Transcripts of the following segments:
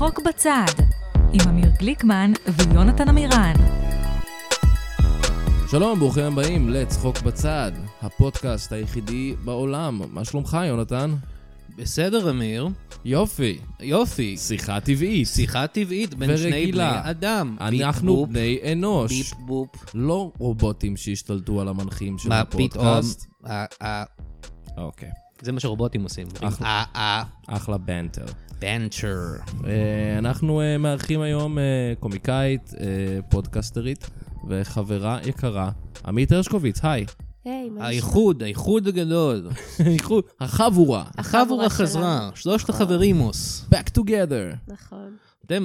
צחוק בצד, עם אמיר גליקמן ויונתן אמירן. שלום, ברוכים הבאים לצחוק בצד, הפודקאסט היחידי בעולם. מה שלומך, יונתן? בסדר, אמיר. יופי. יופי. שיחה טבעית. שיחה טבעית בין שני בני אדם. אנחנו בני אנוש. ביפ בופ. לא רובוטים שהשתלטו על המנחים של מה פתאום? הפודקאסט. אוקיי. זה מה שרובוטים עושים. אחלה בנטר. בנטר. אנחנו מארחים היום קומיקאית, פודקסטרית וחברה יקרה, עמית הרשקוביץ. היי. היי, מה האיחוד הגדול. החבורה. החבורה חזרה. שלושת החברימוס. Back together. נכון.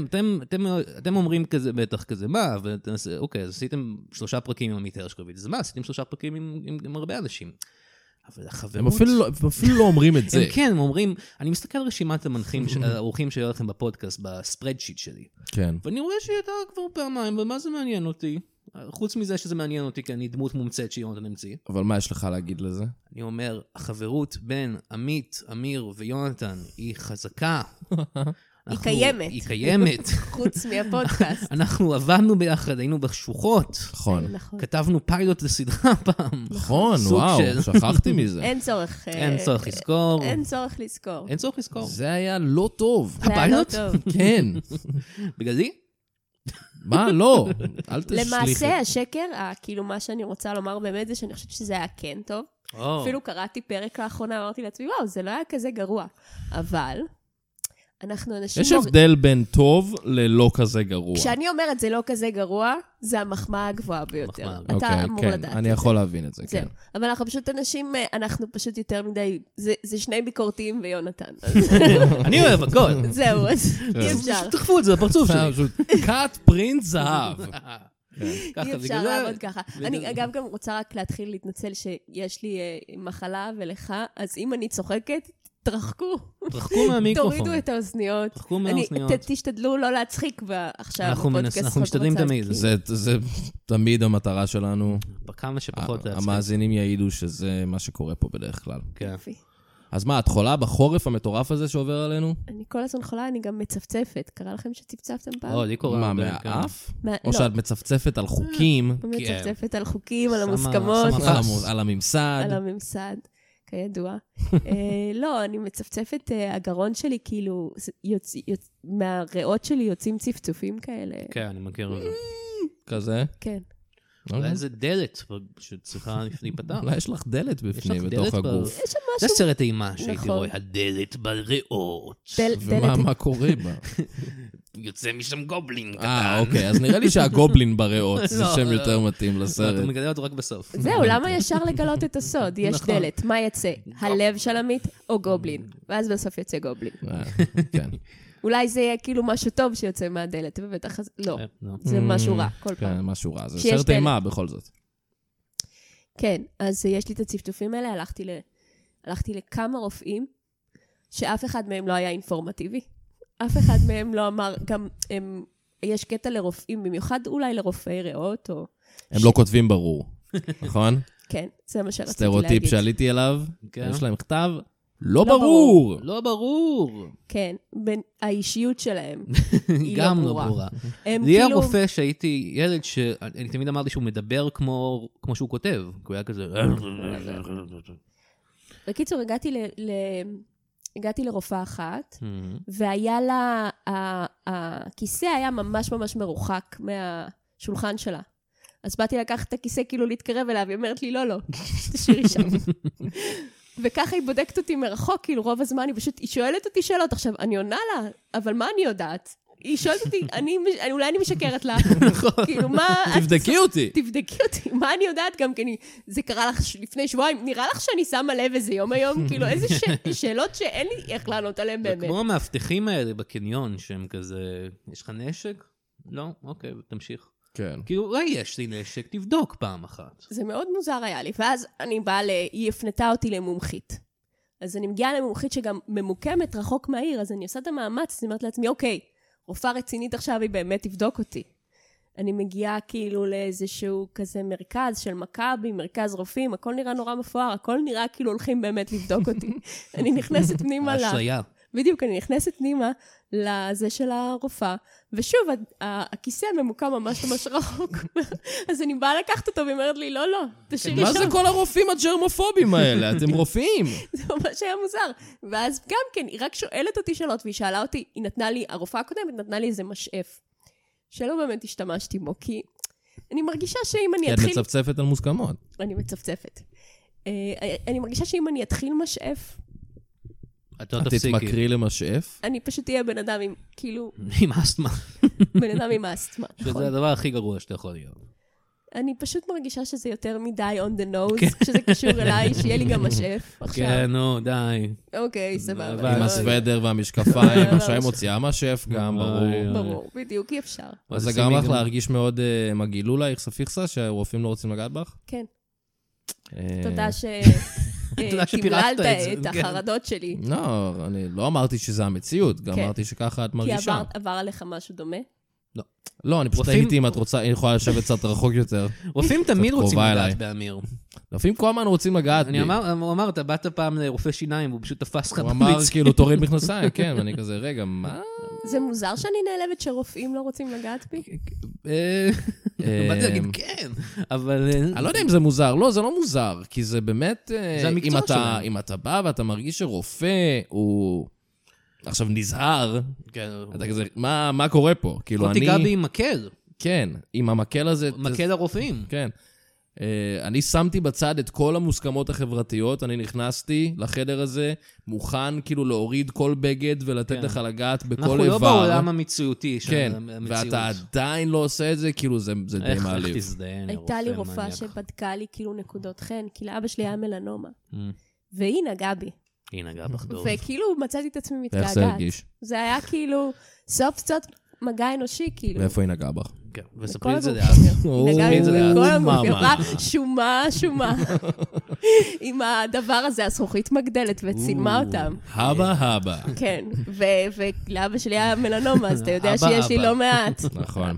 אתם אומרים כזה, בטח כזה, מה? אוקיי, אז עשיתם 3 פרקים עם עמית הרשקוביץ. אז מה? עשיתם 3 פרקים עם הרבה אנשים. אבל החברות... הם אפילו לא אומרים את זה. כן, הם אומרים, אני מסתכל על רשימת האורחים שהיו לכם בפודקאסט, בספרדשיט שלי. כן. ואני רואה שהיא הייתה כבר פעמיים, ומה זה מעניין אותי? חוץ מזה שזה מעניין אותי, כי אני דמות מומצאת שיונתן המציא. אבל מה יש לך להגיד לזה? אני אומר, החברות בין עמית, אמיר ויונתן היא חזקה. היא קיימת. היא קיימת. חוץ מהפודקאסט. אנחנו עבדנו ביחד, היינו בשוחות. נכון. כתבנו פיילוט לסדרה פעם. נכון, וואו, שכחתי מזה. אין צורך. אין צורך לזכור. אין צורך לזכור. אין צורך לזכור. זה היה לא טוב. זה היה לא טוב. כן. בגלל זה? מה? לא. אל תשליחי. למעשה, השקר, כאילו מה שאני רוצה לומר באמת זה שאני חושבת שזה היה כן טוב. אפילו קראתי פרק לאחרונה, אמרתי לעצמי, וואו, זה לא היה כזה גרוע. אבל... אנחנו אנשים... יש הבדל בין טוב ללא כזה גרוע. כשאני אומרת זה לא כזה גרוע, זה המחמאה הגבוהה ביותר. אתה אמור לדעת את זה. אני יכול להבין את זה, כן. אבל אנחנו פשוט אנשים, אנחנו פשוט יותר מדי, זה שני ביקורתיים ויונתן. אני אוהב הכל. זהו, אז אי אפשר. תחפו את זה בפרצוף שלי. קאט פרינט זהב. אי אפשר לעבוד ככה. אני אגב גם רוצה רק להתחיל להתנצל שיש לי מחלה ולך, אז אם אני צוחקת, תרחקו מהמיקרופון. תורידו את האוזניות. תרחקו מהאוזניות. תשתדלו לא להצחיק עכשיו בפודקאסט. אנחנו משתדלים תמיד. זה תמיד המטרה שלנו. בכמה שפחות להצחיק. המאזינים יעידו שזה מה שקורה פה בדרך כלל. כן. אז מה, את חולה בחורף המטורף הזה שעובר עלינו? אני כל הזמן חולה, אני גם מצפצפת. קרה לכם שצפצפתם פעם? לי קורה. מה, מהאף? או שאת מצפצפת על חוקים? מצפצפת על חוקים, על המוסכמות. על הממסד. על הממסד. כידוע. לא, אני מצפצפת, הגרון שלי כאילו, מהריאות שלי יוצאים צפצופים כאלה. כן, אני מכיר את זה. כזה? כן. אולי איזה דלת שצריכה להיפתח. אולי יש לך דלת בפנים, בתוך הגוף. זה סרט אימה שהייתי רואה, הדלת בריאות. ומה קורה בה? יוצא משם גובלין קטן. אוקיי, אז נראה לי שהגובלין בריאות, זה שם יותר מתאים לסרט. אתה מגלה אותו רק בסוף. זהו, למה ישר לגלות את הסוד? יש דלת, מה יצא? הלב של עמית או גובלין? ואז בסוף יוצא גובלין. כן. אולי זה יהיה כאילו משהו טוב שיוצא מהדלת, ובטח לא. זה משהו רע, כל פעם. כן, משהו רע. זה סרט אימה בכל זאת. כן, אז יש לי את הצפצופים האלה, הלכתי לכמה רופאים, שאף אחד מהם לא היה אינפורמטיבי. אף אחד מהם לא אמר, גם יש קטע לרופאים, במיוחד אולי לרופאי ריאות, או... הם לא כותבים ברור, נכון? כן, זה מה שרציתי להגיד. סטריאוטיפ שעליתי אליו, יש להם מכתב, לא ברור. לא ברור. כן, האישיות שלהם היא לא ברורה. גם לא ברורה. לי הרופא שהייתי ילד שאני תמיד אמרתי שהוא מדבר כמו שהוא כותב, כי הוא היה כזה... בקיצור, הגעתי לרופאה אחת, והיה לה, הכיסא היה ממש ממש מרוחק מהשולחן שלה. אז באתי לקחת את הכיסא כאילו להתקרב אליו, היא אומרת לי, לא, תשאירי שם. וככה היא בודקת אותי מרחוק, כאילו רוב הזמן היא שואלת אותי שאלות, עכשיו אני עונה לה, אבל מה אני יודעת? היא שואלת אותי, אולי אני משקרת לה, כאילו מה... תבדקי אותי, מה אני יודעת גם, כי זה קרה לך לפני שבועיים, נראה לך שאני שמה לב איזה יום היום, כאילו איזה שאלות שאין לי איך לענות עליהן באמת. כמו המאבטחים האלה בקניון, שהם כזה, יש לך נשק? לא? אוקיי, תמשיך. כן. כאילו, אולי יש לי נשק, תבדוק פעם אחת. זה מאוד מוזר היה לי, ואז אני באה היא הפנתה אותי למומחית. אז אני מגיעה למומחית שגם ממוקמת רחוק מהעיר, אז אני עושה את המאמץ, אז אני אומרת לעצמי, אוקיי, רופאה רצינית עכשיו היא באמת תבדוק אותי. אני מגיעה כאילו לאיזשהו כזה מרכז של מכבי, מרכז רופאים, הכל נראה נורא מפואר, הכל נראה כאילו הולכים באמת לבדוק אותי. אני נכנסת פנימה לה. אשליה. בדיוק, אני נכנסת פנימה לזה של הרופאה, ושוב, הכיסא ממוקם ממש ממש רחוק, אז אני באה לקחת אותו, והיא אומרת לי, לא, תשאירי שם. מה זה כל הרופאים הג'רמופובים האלה? אתם רופאים. זה ממש היה מוזר. ואז גם כן, היא רק שואלת אותי שאלות, והיא שאלה אותי, היא נתנה לי, הרופאה הקודמת נתנה לי איזה משאף, שלא באמת השתמשתי בו, כי אני מרגישה שאם אני אתחיל... את מצפצפת על מוסכמות. אני מצפצפת. אני מרגישה שאם אני אתחיל משאף, את תתמכרי למשאף? אני פשוט אהיה בן אדם עם, כאילו... עם אסתמה. בן אדם עם אסתמה, נכון. שזה הדבר הכי גרוע שאתה יכול להיות. אני פשוט מרגישה שזה יותר מדי on the nose, כשזה קשור אליי, שיהיה לי גם משאף עכשיו. כן, נו, די. אוקיי, סבבה. עם הסוודר והמשקפיים, מה שהיא מוציאה מהשף גם, ברור. ברור, בדיוק, אי אפשר. אז זה גרם לך להרגיש מאוד מגעילה, איכסה פיכסה, שהרופאים לא רוצים לגעת בך? כן. תודה תמללת את החרדות שלי. לא, אני לא אמרתי שזה המציאות, גם אמרתי שככה את מרגישה. כי עבר עליך משהו דומה? לא. לא, אני פשוט הייתי אם את רוצה, אני יכולה לשבת קצת רחוק יותר. רופאים תמיד רוצים לגעת באמיר. רופאים כל הזמן רוצים לגעת בי. הוא אמר, אתה באת פעם לרופא שיניים, והוא פשוט תפס לך הוא אמר, כאילו, תוריד מכנסיים, כן, ואני כזה, רגע, מה? זה מוזר שאני נעלבת שרופאים לא רוצים לגעת בי? באתי להגיד כן, אבל... אני לא יודע אם זה מוזר, לא, זה לא מוזר, כי זה באמת... זה המקצוע שלנו. אם אתה בא ואתה מרגיש שרופא הוא... עכשיו נזהר, אתה כזה, מה קורה פה? לא תיגע בי עם מקל. כן, עם המקל הזה... מקל הרופאים. כן. אני שמתי בצד את כל המוסכמות החברתיות, אני נכנסתי לחדר הזה, מוכן כאילו להוריד כל בגד ולתת לך לגעת בכל איבר. אנחנו לא בעולם המציאותי. כן, ואתה עדיין לא עושה את זה, כאילו זה די מעליב. איך תזדהן, הייתה לי רופאה שבדקה לי כאילו נקודות חן, כי לאבא שלי היה מלנומה. והיא נגעה בי. היא נגעה בך דוב. וכאילו מצאתי את עצמי מתגעגעת. איך זה הרגיש? זה היה כאילו סוף סוף מגע אנושי, כאילו. ואיפה היא נגעה בך? כן, וספרי את זה לאט. נגעה בי בכל הגוף, היא אמרה, שומה. עם הדבר הזה, הזכוכית מגדלת, וצילמה אותם. הבה. כן, ולאבא שלי היה מלנומה, אז אתה יודע שיש לי לא מעט. נכון.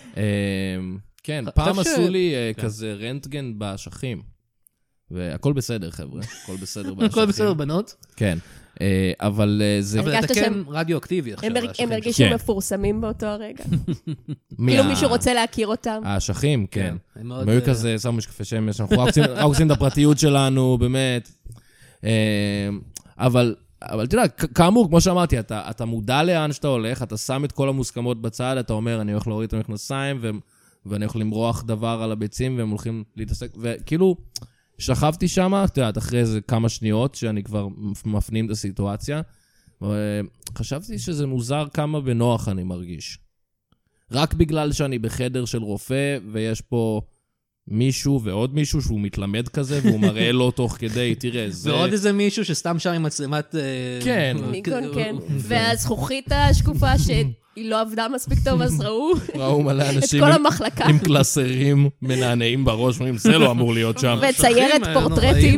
כן, פעם עשו לי כזה רנטגן באשכים. והכל בסדר, חבר'ה. הכל בסדר באשכים. הכל בסדר, בנות? כן. אבל זה... אבל אתה כן רדיו-אקטיבי עכשיו. הם הרגישו מפורסמים באותו הרגע. כאילו מישהו רוצה להכיר אותם. האשכים, כן. הם היו כזה, שמו משקפי שמש, אנחנו רק עושים את הפרטיות שלנו, באמת. אבל אתה יודע, כאמור, כמו שאמרתי, אתה מודע לאן שאתה הולך, אתה שם את כל המוסכמות בצד, אתה אומר, אני הולך להוריד את המכנסיים, ואני הולך למרוח דבר על הביצים, והם הולכים להתעסק, וכאילו... שכבתי שם, אתה יודעת, אחרי איזה כמה שניות, שאני כבר מפנים את הסיטואציה, וחשבתי שזה מוזר כמה בנוח אני מרגיש. רק בגלל שאני בחדר של רופא, ויש פה מישהו ועוד מישהו שהוא מתלמד כזה, והוא מראה לו תוך כדי, תראה, זה... ועוד איזה מישהו שסתם שם עם מצלמת... כן. כן. והזכוכית השקופה היא לא עבדה מספיק טוב, אז ראו מלא אנשים עם קלסרים מנענעים בראש, אומרים, זה לא אמור להיות שם. וציירת פורטרטים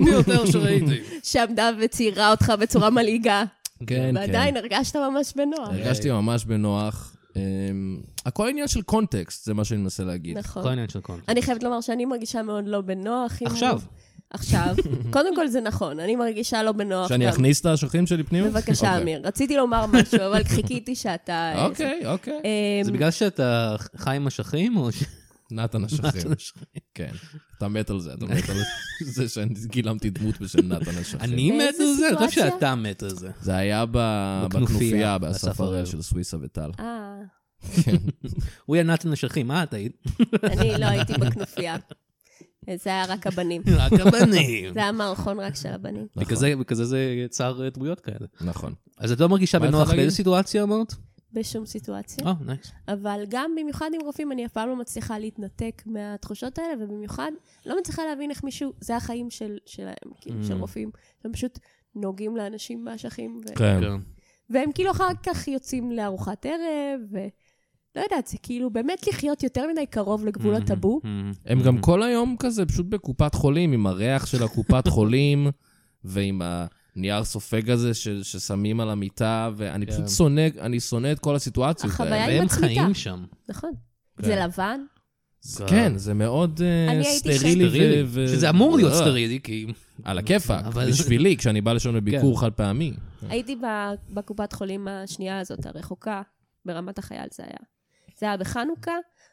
שעמדה וציירה אותך בצורה מלעיגה. כן, ועדיין הרגשת ממש בנוח. הרגשתי ממש בנוח. הכל עניין של קונטקסט, זה מה שאני מנסה להגיד. נכון. הכל עניין של קונטקסט. אני חייבת לומר שאני מרגישה מאוד לא בנוח. עכשיו. קודם כל זה נכון, אני מרגישה לא בנוח. שאני אכניס את האשכים שלי פנימה? בבקשה, אמיר. רציתי לומר משהו, אבל חיכיתי שאתה... אוקיי. זה בגלל שאתה חי עם אשכים, או ש... נתן אשכים. כן. אתה מת על זה, אתה מת על זה שאני גילמתי דמות בשם נתן אשכים. אני מת על זה? אני חושב שאתה מת על זה. זה היה בכנופיה, באסף הראל של סוויסה וטל. הוא היה נתן אשכים, מה את היית? אני לא הייתי בכנופיה. זה היה רק הבנים. רק הבנים. זה היה מערכון רק של הבנים. וכזה זה יצר דמויות כאלה. נכון. אז את לא מרגישה בנוח באיזה סיטואציה אמרת? בשום סיטואציה. נייס. אבל גם במיוחד עם רופאים, אני אף פעם לא מצליחה להתנתק מהתחושות האלה, ובמיוחד לא מצליחה להבין איך מישהו, זה החיים שלהם, כאילו, של רופאים. הם פשוט נוגעים לאנשים באשכים. כן. והם כאילו אחר כך יוצאים לארוחת ערב, לא יודעת, זה כאילו באמת לחיות יותר מדי קרוב לגבול הטאבו. הם גם כל היום כזה, פשוט בקופת חולים, עם הריח של הקופת חולים, ועם הנייר סופג הזה ששמים על המיטה, ואני פשוט שונא את כל הסיטואציות. החוויה היא מצמיתה. והם חיים שם. נכון. זה לבן. כן, זה מאוד סטרילי. שזה אמור להיות סטרילי, כי... על הכיפה, בשבילי, כשאני בא לשם לביקור חד פעמי. הייתי בקופת חולים השנייה הזאת, הרחוקה, ברמת החייל זה היה. זה היה בחנוכה,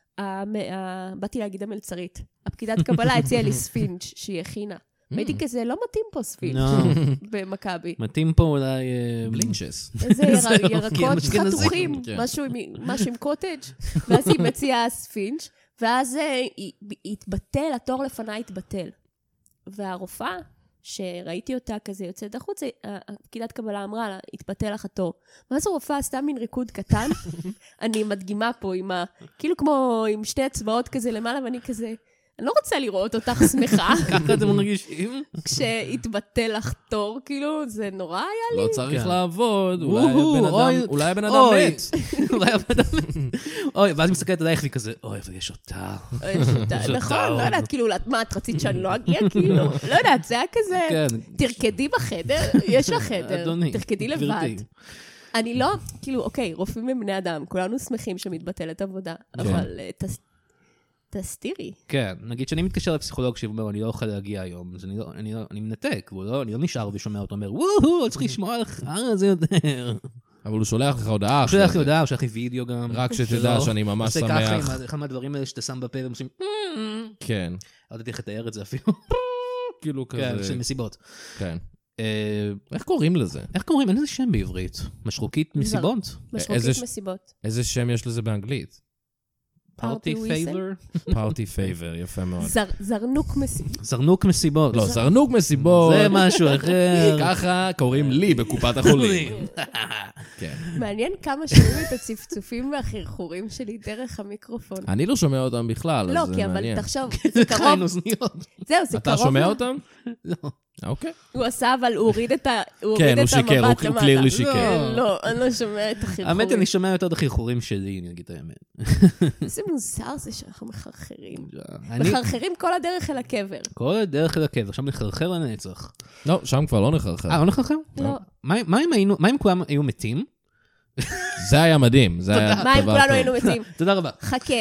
באתי להגיד המלצרית. הפקידת קבלה הציעה לי ספינג' שהיא הכינה. והייתי כזה, לא מתאים פה ספינג' במכבי. מתאים פה אולי... בלינצ'ס. איזה ירקות חתוכים, משהו עם קוטג'. ואז היא מציעה ספינג', ואז התבטל, התור לפניי התבטל. והרופאה, שראיתי אותה כזה יוצאת החוץ, הפקידת קבלה אמרה לה, התבטל לך התור. ואז הרופאה עשתה מין ריקוד קטן, אני מדגימה פה כאילו כמו עם שתי אצבעות כזה למעלה, ואני כזה, אני לא רוצה לראות אותך שמחה. ככה אתם מרגישים? כשהתבטל לך תור, כאילו, זה נורא היה לי. לא צריך לעבוד, אולי הבן אדם מת. אולי הבן אדם מת. אוי, ואז מסתכלת עלייך לי כזה, אוי, אבל יש אותה. נכון, לא יודעת, כאילו, מה, את רצית שאני לא אגיע, כאילו, לא יודעת, זה היה כזה, תרקדי בחדר, יש לך חדר, תרקדי לבד. אני לא, כאילו, אוקיי, רופאים הם בני אדם, כולנו שמחים שמתבטלת עבודה, אבל תסתירי. כן, נגיד שאני מתקשר לפסיכולוג שאומר, אני לא אוכל להגיע היום, אז אני מנתק, אני לא נשאר ושומע אותו, אומר, וואו, צריך לשמוע לך זה יותר. אבל הוא שולח לך הודעה. הוא שולח לי הודעה, הוא שולח לי וידאו גם. רק שתדע שאני ממש שמח. עושה ככה עם אחד מהדברים האלה שאתה שם בפה ועושים, כן. לא יודעת איך לתאר את זה אפילו. כאילו כזה. כן, של מסיבות. כן. איך קוראים לזה? איך קוראים? אין איזה שם בעברית. משרוקית מסיבות? משרוקית מסיבות. איזה שם יש לזה באנגלית? פארטי פייבר? פארטי פייבר, יפה מאוד. זרנוק מסיבות. זרנוק מסיבות. לא, זרנוק מסיבות. זה משהו אחר. ככה קוראים לי בקופת החולים. מעניין כמה שומעים את הצפצופים והחרחורים שלי דרך המיקרופון. אני לא שומע אותם בכלל, לא, כי אבל תחשוב, זה קרוב. זהו, זה קרוב. אתה שומע אותם? לא. אוקיי. הוא עשה, אבל הוא הוריד את המבט כן, למטה. הוא שיקר, הוא קלירלי שיקר. לא, אני לא שומע את החרחורים. האמת, אני שומע יותר את החרחורים שלי, אני אגיד את האמת. איזה מוזר זה שאנחנו מחרחרים. מחרחרים כל הדרך אל הקבר. כל הדרך אל הקבר, עכשיו נחרחר לנצח. לא, שם כבר לא נחרחר. לא נחרחר? לא. מה אם כולם היו מתים? זה היה מדהים, זה היה דבר טוב. מה אם כולנו היינו מתים? תודה רבה. חכה.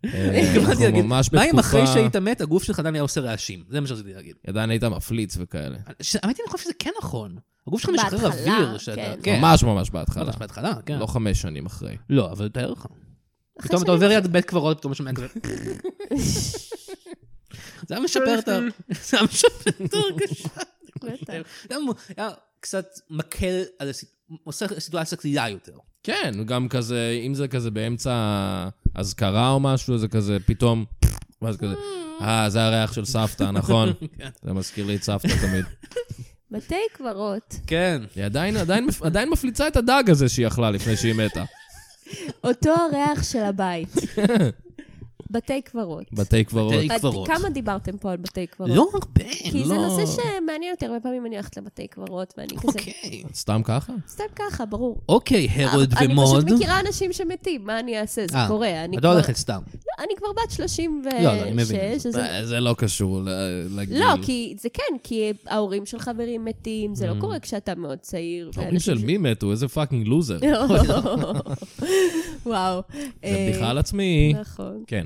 מה אם אחרי שהיית מת, הגוף שלך עדיין היה עושה רעשים? זה מה שרציתי להגיד. עדיין היית מפליץ וכאלה. האמת אני חושב שזה כן נכון. הגוף שלך משחרר אוויר. ממש ממש בהתחלה. ממש בהתחלה, כן. לא 5 שנים אחרי. לא, אבל תאר לך. פתאום אתה עובר יד בית קברות, פתאום משמע כזה. זה היה משפר את הרגשה. זה היה קצת מקל, עושה סיטואציה קלילה יותר. כן, גם כזה, אם זה כזה באמצע הזכרה או משהו, זה כזה פתאום, ואז כזה, זה הריח של סבתא, נכון? זה מזכיר לי את סבתא תמיד. בתי קברות. כן. היא עדיין מפליצה את הדג הזה שהיא אכלה לפני שהיא מתה. אותו הריח של הבית. בתי קברות. בתי קברות. כמה דיברתם פה על בתי קברות? לא הרבה, לא. כי זה נושא שמעניין יותר, הרבה פעמים אני הולכת לבתי קברות, ואני כזה... אוקיי. סתם ככה? סתם ככה, ברור. אוקיי, הרולד ומוד. אני פשוט מכירה אנשים שמתים, מה אני אעשה? זה קורה. אתה הולכת סתם. לא, אני כבר בת 36. לא, אני מבין. זה לא קשור לגיל. לא, כי זה כן, כי ההורים של חברים מתים, זה לא קורה כשאתה מאוד צעיר. ההורים של מי מתו? איזה פאקינג לוזר. וואו. זה בדיחה על עצמי. נכון. כן.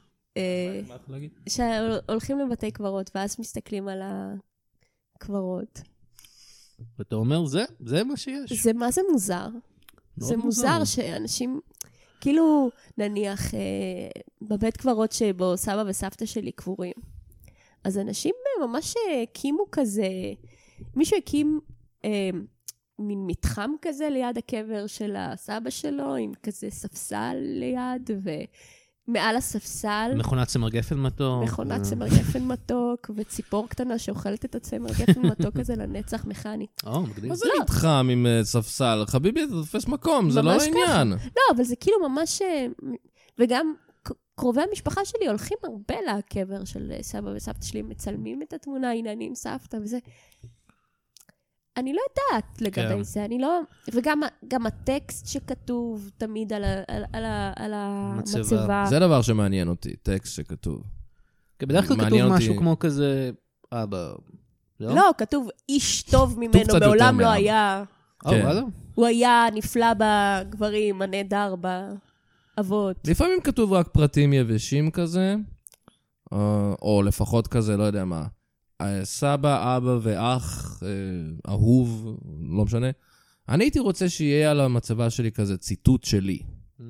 שהולכים לבתי קברות, ואז מסתכלים על הקברות. ואתה אומר, זה מה שיש. זה מה זה מוזר. זה מוזר שאנשים, כאילו, נניח, בבית קברות שבו סבא וסבתא שלי קבורים, אז אנשים ממש הקימו כזה, מישהו הקים מין מתחם כזה ליד הקבר של הסבא שלו, עם כזה ספסל ליד, מעל הספסל. מכונת צמר גפן מתוק. מכונת צמר גפן מתוק, וציפור קטנה שאוכלת את הצמר גפן מתוק הזה לנצח מכנית. מגניב. מה זה מתחם עם ספסל? חביבי, אתה תופס מקום, זה לא העניין. לא, אבל זה כאילו ממש... וגם קרובי המשפחה שלי הולכים הרבה לקבר של סבא וסבתא שלי, מצלמים את התמונה, הנה אני עם סבתא וזה. אני לא יודעת לגבי זה, אני לא... וגם הטקסט שכתוב תמיד על המצבה. זה דבר שמעניין אותי, טקסט שכתוב. בדרך כלל כתוב משהו כמו כזה, אבא... לא, כתוב איש טוב ממנו, בעולם לא היה... הוא היה נפלא בגברים, הנהדר באבות. לפעמים כתוב רק פרטים יבשים כזה, או לפחות כזה, לא יודע מה. סבא, אבא ואח, אהוב, לא משנה, אני הייתי רוצה שיהיה על המצבה שלי כזה ציטוט שלי.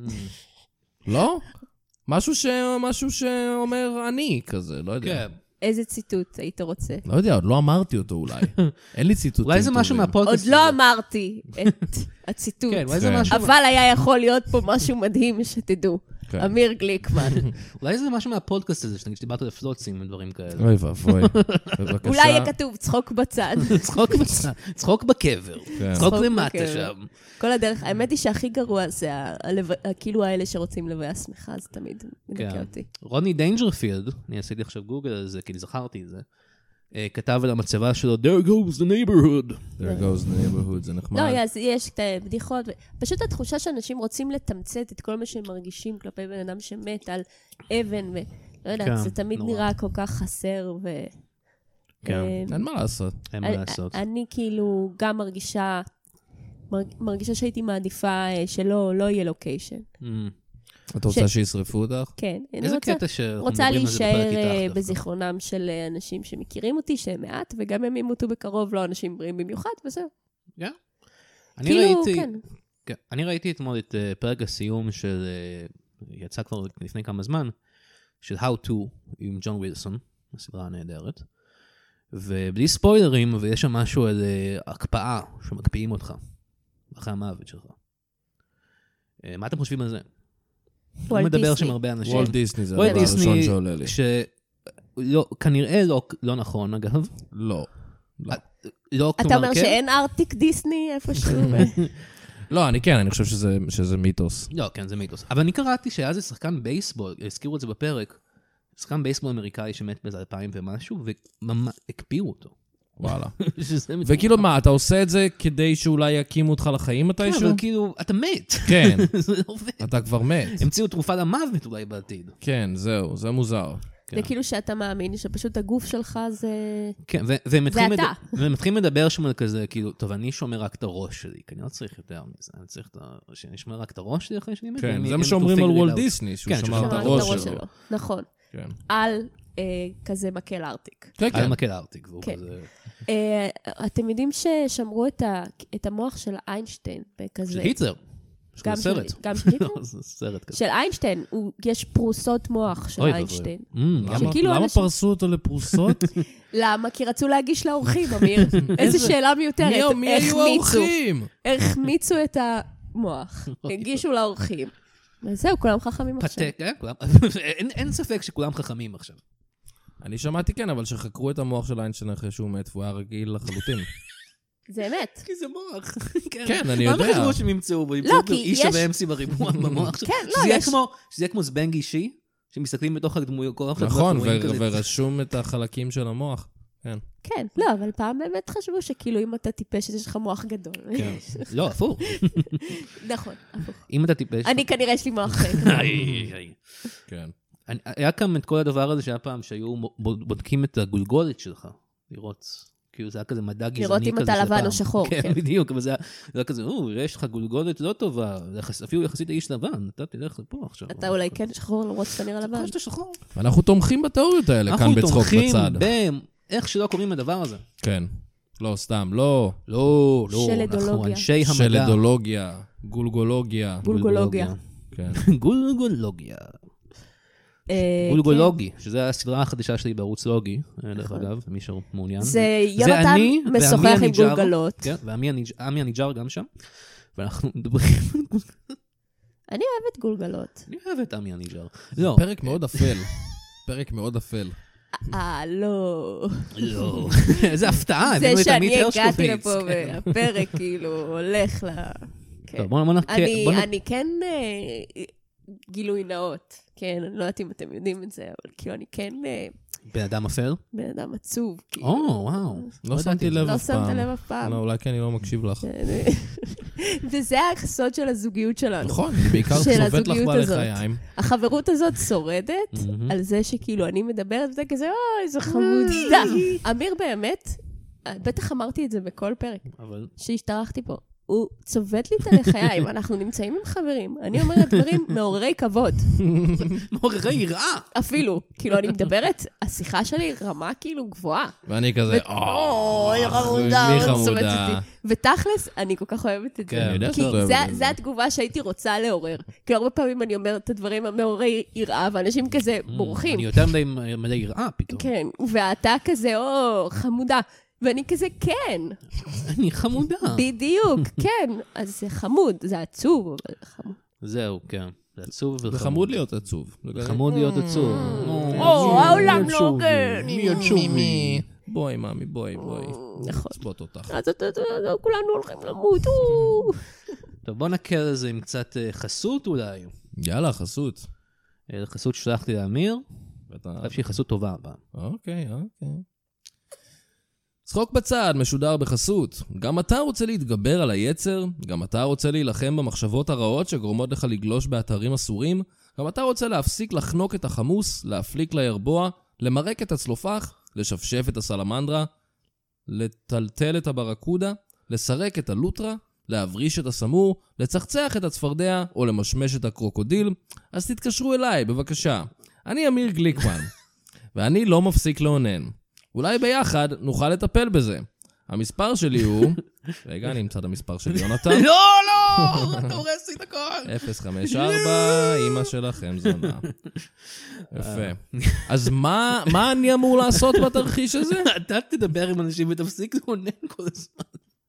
לא? משהו שאומר אני כזה, לא יודע. כן. איזה ציטוט היית רוצה? לא יודע, עוד לא אמרתי אותו אולי. אין לי ציטוטים אולי זה משהו טובים. מהפודקאסט עוד לא אמרתי את הציטוט. כן, אולי זה כן. משהו... אבל היה יכול להיות פה משהו מדהים שתדעו. כן. אמיר גליקמן. אולי זה משהו מהפודקאסט הזה, שנגיד שדיברת על פלוצים ודברים כאלה. אוי ואבוי. בבקשה. אולי יהיה כתוב צחוק בצד. צחוק בקבר. כן. צחוק צחוק למטה בקבר. שם. כל הדרך, האמת היא שהכי גרוע זה כאילו האלה שרוצים לביה שמחה, זה תמיד מדכא כן. אותי. רוני דיינג'רפילד, אני עשיתי עכשיו גוגל על זה, כי זכרתי את זה, כתב על המצבה שלו, There goes the neighborhood. There goes the neighborhood, זה נחמד. לא, יש את הבדיחות, פשוט התחושה שאנשים רוצים לתמצת את כל מה שהם מרגישים כלפי בן אדם שמת על אבן, ולא יודעת, כן, זה תמיד נורא. נראה כל כך חסר, כן. אין מה לעשות. אין מה לעשות. אני כאילו גם מרגישה שהייתי מעדיפה שלא יהיה לוקיישן. אתה רוצה שישרפו אותך? כן. אני איזה קטע שאנחנו רוצה מדברים על זה בפרק להישאר איתך דווקא. בזיכרונם של אנשים שמכירים אותי, שהם מעט, וגם הם ימותו בקרוב, לא אנשים בריאים במיוחד, וזהו. כן. כאילו, כן. כן. אני ראיתי אתמול את פרק הסיום של, יצא כבר לפני כמה זמן, של How To עם ג'ון ווילסון, הסדרה הנהדרת, ובלי ספוילרים, ויש שם משהו על הקפאה, שמקפיאים אותך, אחרי המוות שלך. מה אתם חושבים על זה? הוא מדבר שם הרבה אנשים. וולט דיסני זה וולט הדבר הראשון דיסני, שעולה לי. כנראה לא נכון, אגב. לא. לא, אתה כלומר, אומר כן? שאין ארטיק דיסני איפשהו? לא, אני חושב שזה מיתוס. לא, כן, זה מיתוס. אבל אני קראתי שהיה זה שחקן בייסבול, הזכירו את זה בפרק, שחקן בייסבול אמריקאי שמת באיזה 2000 ומשהו, וממש הקפיאו אותו. וואלה. שזה וכאילו מה, אתה עושה את זה כדי שאולי יקימו אותך לחיים כן, מתישהו? אבל כאילו, אתה מת. כן, זה לא עובד. אתה כבר מת. המציאו תרופה למוות אולי בעתיד. כן, זהו, זה מוזר. זה כאילו שאתה מאמין שפשוט הגוף שלך זה... כן, והם מתחילים לדבר שם על כזה, כאילו, טוב, אני שומר רק את הראש שלי, כי אני לא צריך יותר מזה, אני צריך שאני אשמר רק את הראש שלי אחרי שאני מת. כן, זה מה שאומרים על וולט דיסני, שהוא כן, שמר את שמר הראש שלו. נכון. כן. על כזה מקל ארטיק. כן, על כן. מקל ארטיק, והוא כן. כזה... אתם יודעים ששמרו את המוח של איינשטיין בכזה... של היטלר. יש גם כזה של- סרט. גם של היטלר? לא, זה סרט כזה. של איינשטיין, יש פרוסות מוח של אוי, איינשטיין. למה? שכאילו למה אנשים- פרסו אותו לפרוסות? למה? כי רצו להגיש לאורחים, אמיר. איזה שאלה מיותרת. מי היו האורחים? החמיצו את המוח. הגישו לאורחים. וזהו, כולם חכמים עכשיו. פתק, אין ספק שכולם חכמים עכשיו. אני שמעתי כן, אבל שחקרו את המוח של איינשטיין אחרי שהוא מת, והוא היה רגיל לחלוטין. זה אמת. כי זה מוח. כן, אני מה יודע. הם חשבו שהם ימצאו בו? ימצאו כי אי יש- שווה MC בריבוע במוח. כן, לא, שזה יהיה יש... שזה יהיה כמו זבנג אישי, שמסתכלים בתוך הדמויות, כל אחד נכון, רואים כזה. ורשום את החלקים של המוח. כן. כן, לא, אבל פעם באמת חשבו שכאילו אם אתה טיפש, יש לך מוח גדול. כן. לא, הפוך. נכון, הפוך. אם אתה טיפש... אני כנראה יש לי מוח... כן. היה כאן את כל הדבר הזה שהיה פעם שהיו בודקים את הגולגולת שלך, לראות, כאילו זה היה כזה מדע גזעני כזה. לראות אם אתה של לבן פעם. או שחור, כן, כן. בדיוק, אבל זה היה כזה, יש לך גולגולת לא טובה, אפילו יחסית לאיש לבן, אתה תלך לפה עכשיו. אתה אולי כן שחור למרות שאתה נראה לבן. כמו שאתה שחור. אנחנו תומכים בתיאוריות האלה כאן בצחוק אנחנו בצד. תומכים איך שלא קוראים לדבר הזה. כן. לא, סתם, לא. לא, שלדולוגיה. אנחנו אנשי המדע. שלדולוגיה, גולגולוגיה. גולגולוגיה. כן. גולגולוגיה. גולגולוגי, שזה הסדרה החדשה שלי בערוץ לוגי, דרך אגב, מי שמעוניין. זה יונתן אני משוחח ועמי עם הניג'אר, גולגלות. כן, ועמי הניג'אר גם שם, ואנחנו מדברים... אני אוהבת גולגלות. אני אוהב את עמי הניג'אר. לא, פרק מאוד אפל. פרק מאוד אפל. לא. לא. איזה הפתעה, זה הבאנו את שאני עמית הגעתי הרשקוביץ. לפה והפרק כאילו הולך ל... כן. טוב, בוא נ... אני כן גילוי נאות. כן, אני לא יודעת אם אתם יודעים את זה, אבל כאילו אני כן בן אדם אפל? בן אדם עצוב. כאילו. וואו. לא שמתי לב לא אף פעם. שמת לב אף פעם. לא, אולי כי אני לא מקשיב לך. וזה הסוד של הזוגיות שלנו. נכון, אני בעיקר של צובט לך הזוגיות בעלי הזאת. חיים. החברות הזאת שורדת על זה שכאילו אני מדברת וזה כזה, אוי, איזה חמודה. אמיר באמת, בטח אמרתי את זה בכל פרק, אבל... שהשתרחתי פה. הוא צובט לי את הלחיים, אנחנו נמצאים עם חברים. אני אומרת דברים מעוררי כבוד. מעוררי יראה. אפילו, כאילו, אני מדברת, השיחה שלי רמה כאילו גבוהה. ואני כזה, אוי, חמודה, הוא צובט אותי. ותכלס, אני כל כך אוהבת את זה. אני יודע כי שאת אוהבת את זה. זה התגובה שהייתי רוצה לעורר. כי הרבה פעמים אני אומרת את הדברים המעוררי יראה, ואנשים כזה בורחים. אני יותר מדי יראה פתאום. כן, ואתה כזה, חמודה. ואני כזה, כן. אני חמודה. בדיוק, כן. אז זה חמוד, זה עצוב, אבל חמוד. זהו, כן. זה עצוב וחמוד. זה חמוד להיות עצוב. חמוד להיות עצוב. העולם לא הוגן. מי עצובי? בואי, מאמי, בואי. נכון. סבוט אותך. אז כולנו הולכים למות. טוב, בוא נקל על זה עם קצת חסות אולי. יאללה, חסות. חסות ששלחתי לאמיר. אני חושב שהיא חסות טובה הפעם. אוקיי. צחוק בצד, משודר בחסות. גם אתה רוצה להתגבר על היצר? גם אתה רוצה להילחם במחשבות הרעות שגורמות לך לגלוש באתרים אסורים? גם אתה רוצה להפסיק לחנוק את החמוס, להפליק לירבוע, למרק את הצלופח, לשפשף את הסלמנדרה, לטלטל את הברקודה, לסרק את הלוטרה, להבריש את הסמור, לצחצח את הצפרדע או למשמש את הקרוקודיל? אז תתקשרו אליי, בבקשה. אני אמיר גליקמן, ואני לא מפסיק לעונן. אולי ביחד נוכל לטפל בזה. המספר שלי הוא... רגע, אני אמצא את המספר שלי, יונתן. לא, אתה הורס לי את הכל. 054, אמא שלכם זונה. יפה. אז מה אני אמור לעשות בתרחיש הזה? אתה תדבר עם אנשים ותפסיק לעונן כל הזמן.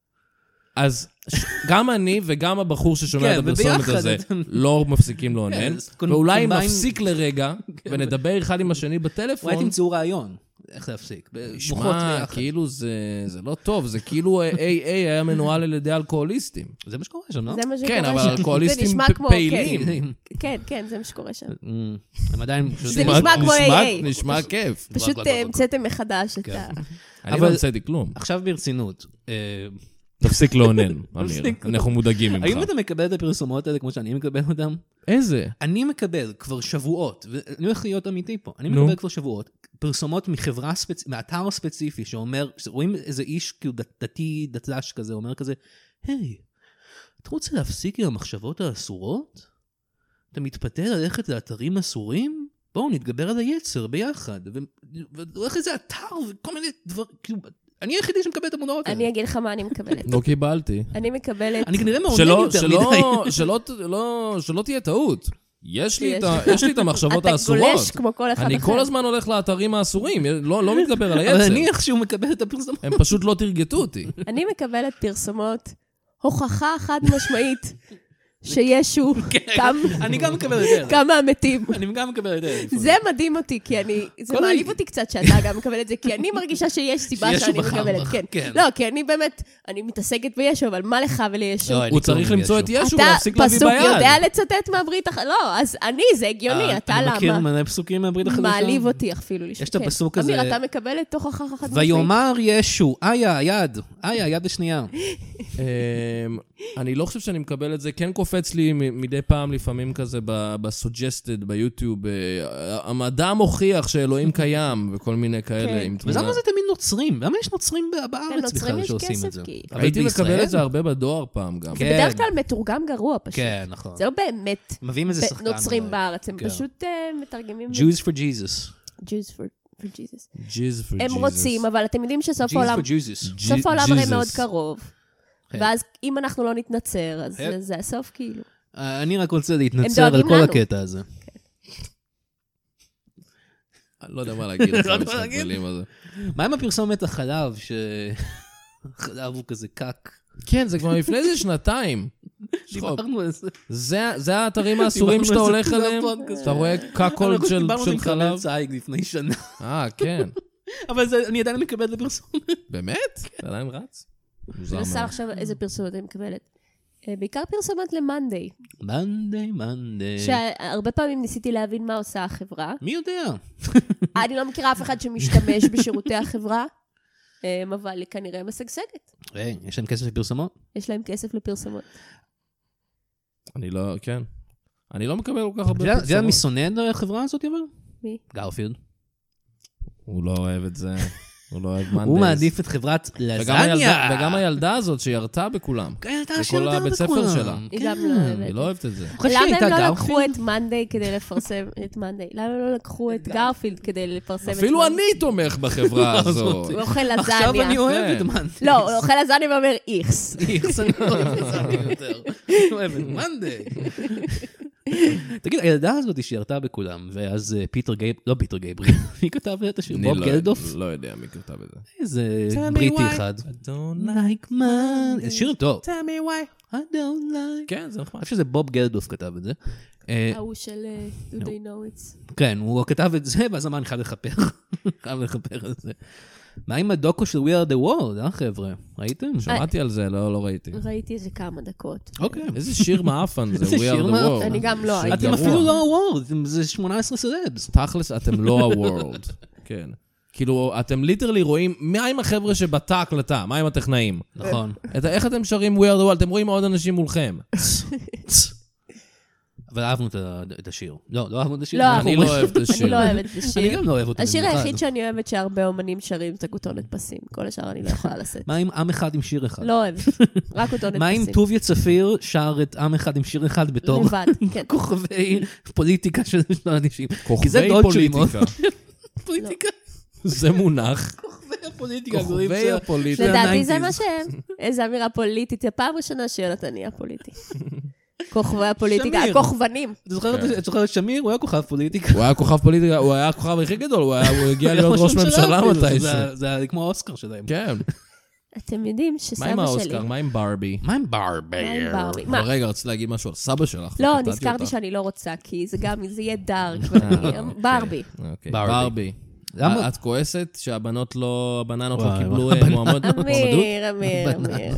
אז גם אני וגם הבחור ששומע את הפרסומת הזה לא מפסיקים לעונן, כן, ואולי נפסיק לרגע ונדבר אחד עם השני בטלפון. אולי תמצאו רעיון. איך להפסיק? שמע, כאילו זה לא טוב, זה כאילו AA היה מנוהל על ידי אלכוהוליסטים. זה מה שקורה שם, לא? זה מה שקורה שם. כן, אבל אלכוהוליסטים פעילים. כן, זה מה שקורה שם. הם עדיין... זה נשמע כמו AA. נשמע כיף. פשוט המצאתם מחדש את ה... אני לא המצאתי כלום. עכשיו ברצינות. תפסיק לעונן, אמיר. אנחנו מודאגים ממך. האם אתה מקבל את הפרסומות האלה כמו שאני מקבל אותם? איזה? אני מקבל כבר שבועות, ואני הולך להיות אמיתי פה, אני מקבל כבר שבועות, פרסומות מחברה מאתר ספציפי שאומר, רואים איזה איש כאילו דתי, דתל"ש כזה, אומר כזה, היי, אתה רוצה להפסיק עם המחשבות האסורות? אתה מתפתה ללכת לאתרים אסורים? בואו נתגבר על היצר ביחד. והולך איזה אתר וכל מיני דברים, כאילו... אני היחידי שמקבל את המודעות האלה. אני אגיד לך מה אני מקבלת. לא קיבלתי. אני מקבלת... אני כנראה מעונן יותר מדי. שלא תהיה טעות. יש לי את המחשבות האסורות. אתה גולש כמו כל אחד אחר. אני כל הזמן הולך לאתרים האסורים, לא מתגבר על היצר. אבל אני איכשהו מקבל את הפרסומות. הם פשוט לא תרגטו אותי. אני מקבלת פרסומות, הוכחה חד משמעית, שישו אני גם מקבל את זה. כמה המתים. אני גם מקבל את זה. זה מדהים אותי, כי זה מעליב אותי קצת שאתה גם מקבל את זה, כי אני מרגישה שיש סיבה שאני מקבלת. לא, כי אני באמת, אני מתעסקת בישו, אבל מה לך ולישו? הוא צריך למצוא את ישו ולהפסיק להביא ביד. אתה פסוק יודע לצטט מהברית החדשה. לא, אז אני, זה הגיוני, אתה למה? אני מכיר מלא פסוקים מהברית החדשה. מעליב אותי אפילו לשמוע. יש את הפסוק הזה. אמיר, אתה מקבל את תוך אחר אחת משמעית. ויאמר ישו, היד השנייה. אני לא חושב שאני מקבל את זה, כן קופץ לי מדי פעם לפעמים כזה בסוג'סטד, ביוטיוב, המדע מוכיח שאלוהים קיים וכל מיני כאלה. ולמה זה תמיד נוצרים? למה יש נוצרים בארץ בכלל שעושים את זה? הייתי מקבל את זה הרבה בדואר פעם גם. זה בדרך כלל מתורגם גרוע פשוט. כן, נכון. זה לא באמת נוצרים בארץ, הם פשוט מתרגמים... Jews for Jesus. Jews for Jesus. הם רוצים, אבל אתם יודעים שסוף העולם... Jews for Jesus. סוף העולם הרי מאוד קרוב. ואז אם אנחנו לא נתנצר, אז זה הסוף כאילו. אני רק רוצה להתנצר על כל הקטע הזה. אני לא יודע מה להגיד לך משחק מילים הזה. מה עם הפרסומת החלב, שחלב הוא כזה קק? כן, זה כבר לפני איזה שנתיים. דיברנו על זה. זה האתרים האסורים שאתה הולך עליהם? אתה רואה קקול של חלב? דיברנו עם קרנל צייג לפני שנה. כן. אבל אני עדיין מקבל את הפרסומת. באמת? זה עדיין רץ? אני עושה עכשיו איזה פרסומת אני מקבלת. בעיקר פרסומת למנדי. מנדי. שהרבה פעמים ניסיתי להבין מה עושה החברה. מי יודע? אני לא מכירה אף אחד שמשתמש בשירותי החברה, אבל היא כנראה משגשגת. יש להם כסף לפרסומות? יש להם כסף לפרסומות. אני לא מקבל כל כך הרבה פרסומות. זה המי שונא את החברה הזאת, אבל? מי? גרפילד. הוא לא אוהב את זה. הוא לא אוהב מנדייז. הוא מעדיף את חברת לזניה. וגם הילדה הזאת שירתה בכולם. הילדה בכל הבית ספר שלה. היא גם לא אוהבת. היא לא אוהבת את זה. למה הם לא לקחו את מנדיי כדי לפרסם את מנדיי? למה הם לא לקחו את גרפילד כדי לפרסם את מנדיי? אפילו אני תומך בחברה הזאת. הוא אוכל לזניה. עכשיו אני אוהב את מנדייז. לא, הוא אוכל לזניה ואומר איכס. איכס, אני לא אוהב את לזניה יותר. אני אוהב את מנדייז. תגיד, הילדה הזאת שירתה בכולם, ואז לא פיטר גייבריל, מי כתב את השיר? בוב גלדוף? לא יודע מי כתב את זה. איזה בריטי אחד. I don't like man. זה שיר טוב. Tell me why. I don't like. כן, זה נחמד. אני חושב שזה בוב גלדוף כתב את זה. ההוא של Do They Know It's. כן, הוא כתב את זה, ואז אמר, אני חייב לכפר על זה. מה עם הדוקו של We Are The World, חבר'ה? ראיתם? שמעתי על זה, לא ראיתי. ראיתי איזה כמה דקות. אוקיי. איזה שיר מאפן זה, איזה We שיר Are The מאפן. World. אני גם לא הייתי. אתם אפילו לא הוורד, זה 18 סלבס. תכלס, אתם לא הוורלד. כן. כאילו, אתם ליטרלי רואים, מה עם החבר'ה שבתא הקלטה? מה עם הטכנאים? נכון. איך אתם שרים We Are The World? אתם רואים עוד אנשים מולכם. אבל אהבנו את השיר. לא אהבנו את השיר. לא, אני לא אוהב את השיר. אני לא אוהבת את אני השיר. גם לא אוהב אותו. השיר במיוחד. היחיד שאני אוהבת שהרבה אומנים שרים זה כותונת פסים. כל השאר אני לא יכולה לשאת. מה עם עם אחד עם שיר אחד? לא אוהבת. רק כותונת מה עם פסים. טוביה צפיר שר את עם אחד עם שיר אחד בתור לבד, כן. כוכבי פוליטיקה של שנות ה-90? כוכבי פוליטיקה. פוליטיקה. זה מונח. כוכבי הפוליטיקה. כוכבי הפוליטיקה. לדעתי זה מה שהם. איזה אמירה פוליטית. זה פעם ראשונה שיונתן נהיה פוליטי. כוכבי הפוליטיקה, שמיר. הכוכבנים. את זוכרת שמיר? הוא היה כוכב פוליטיקה. הוא היה כוכב פוליטיקה, הוא היה הכוכב הכי גדול, הוא הגיע להיות ראש ממשלה מתישהו. זה היה כמו האוסקר שלהם. כן. אתם יודעים מה עם שסבא שלי... האוסקר? מה עם ברבי? מה עם ברבי? מה עם ברבי? אבל מה? רגע, רציתי להגיד משהו על סבא שלך. לא, וקטעתי נזכרתי אותך. שאני לא רוצה, כי זה גם, זה יהיה דארק. ברבי. אוקיי, ברבי. ברבי. למה? את כועסת שהבננות לא קיבלו מועמדות? אמיר.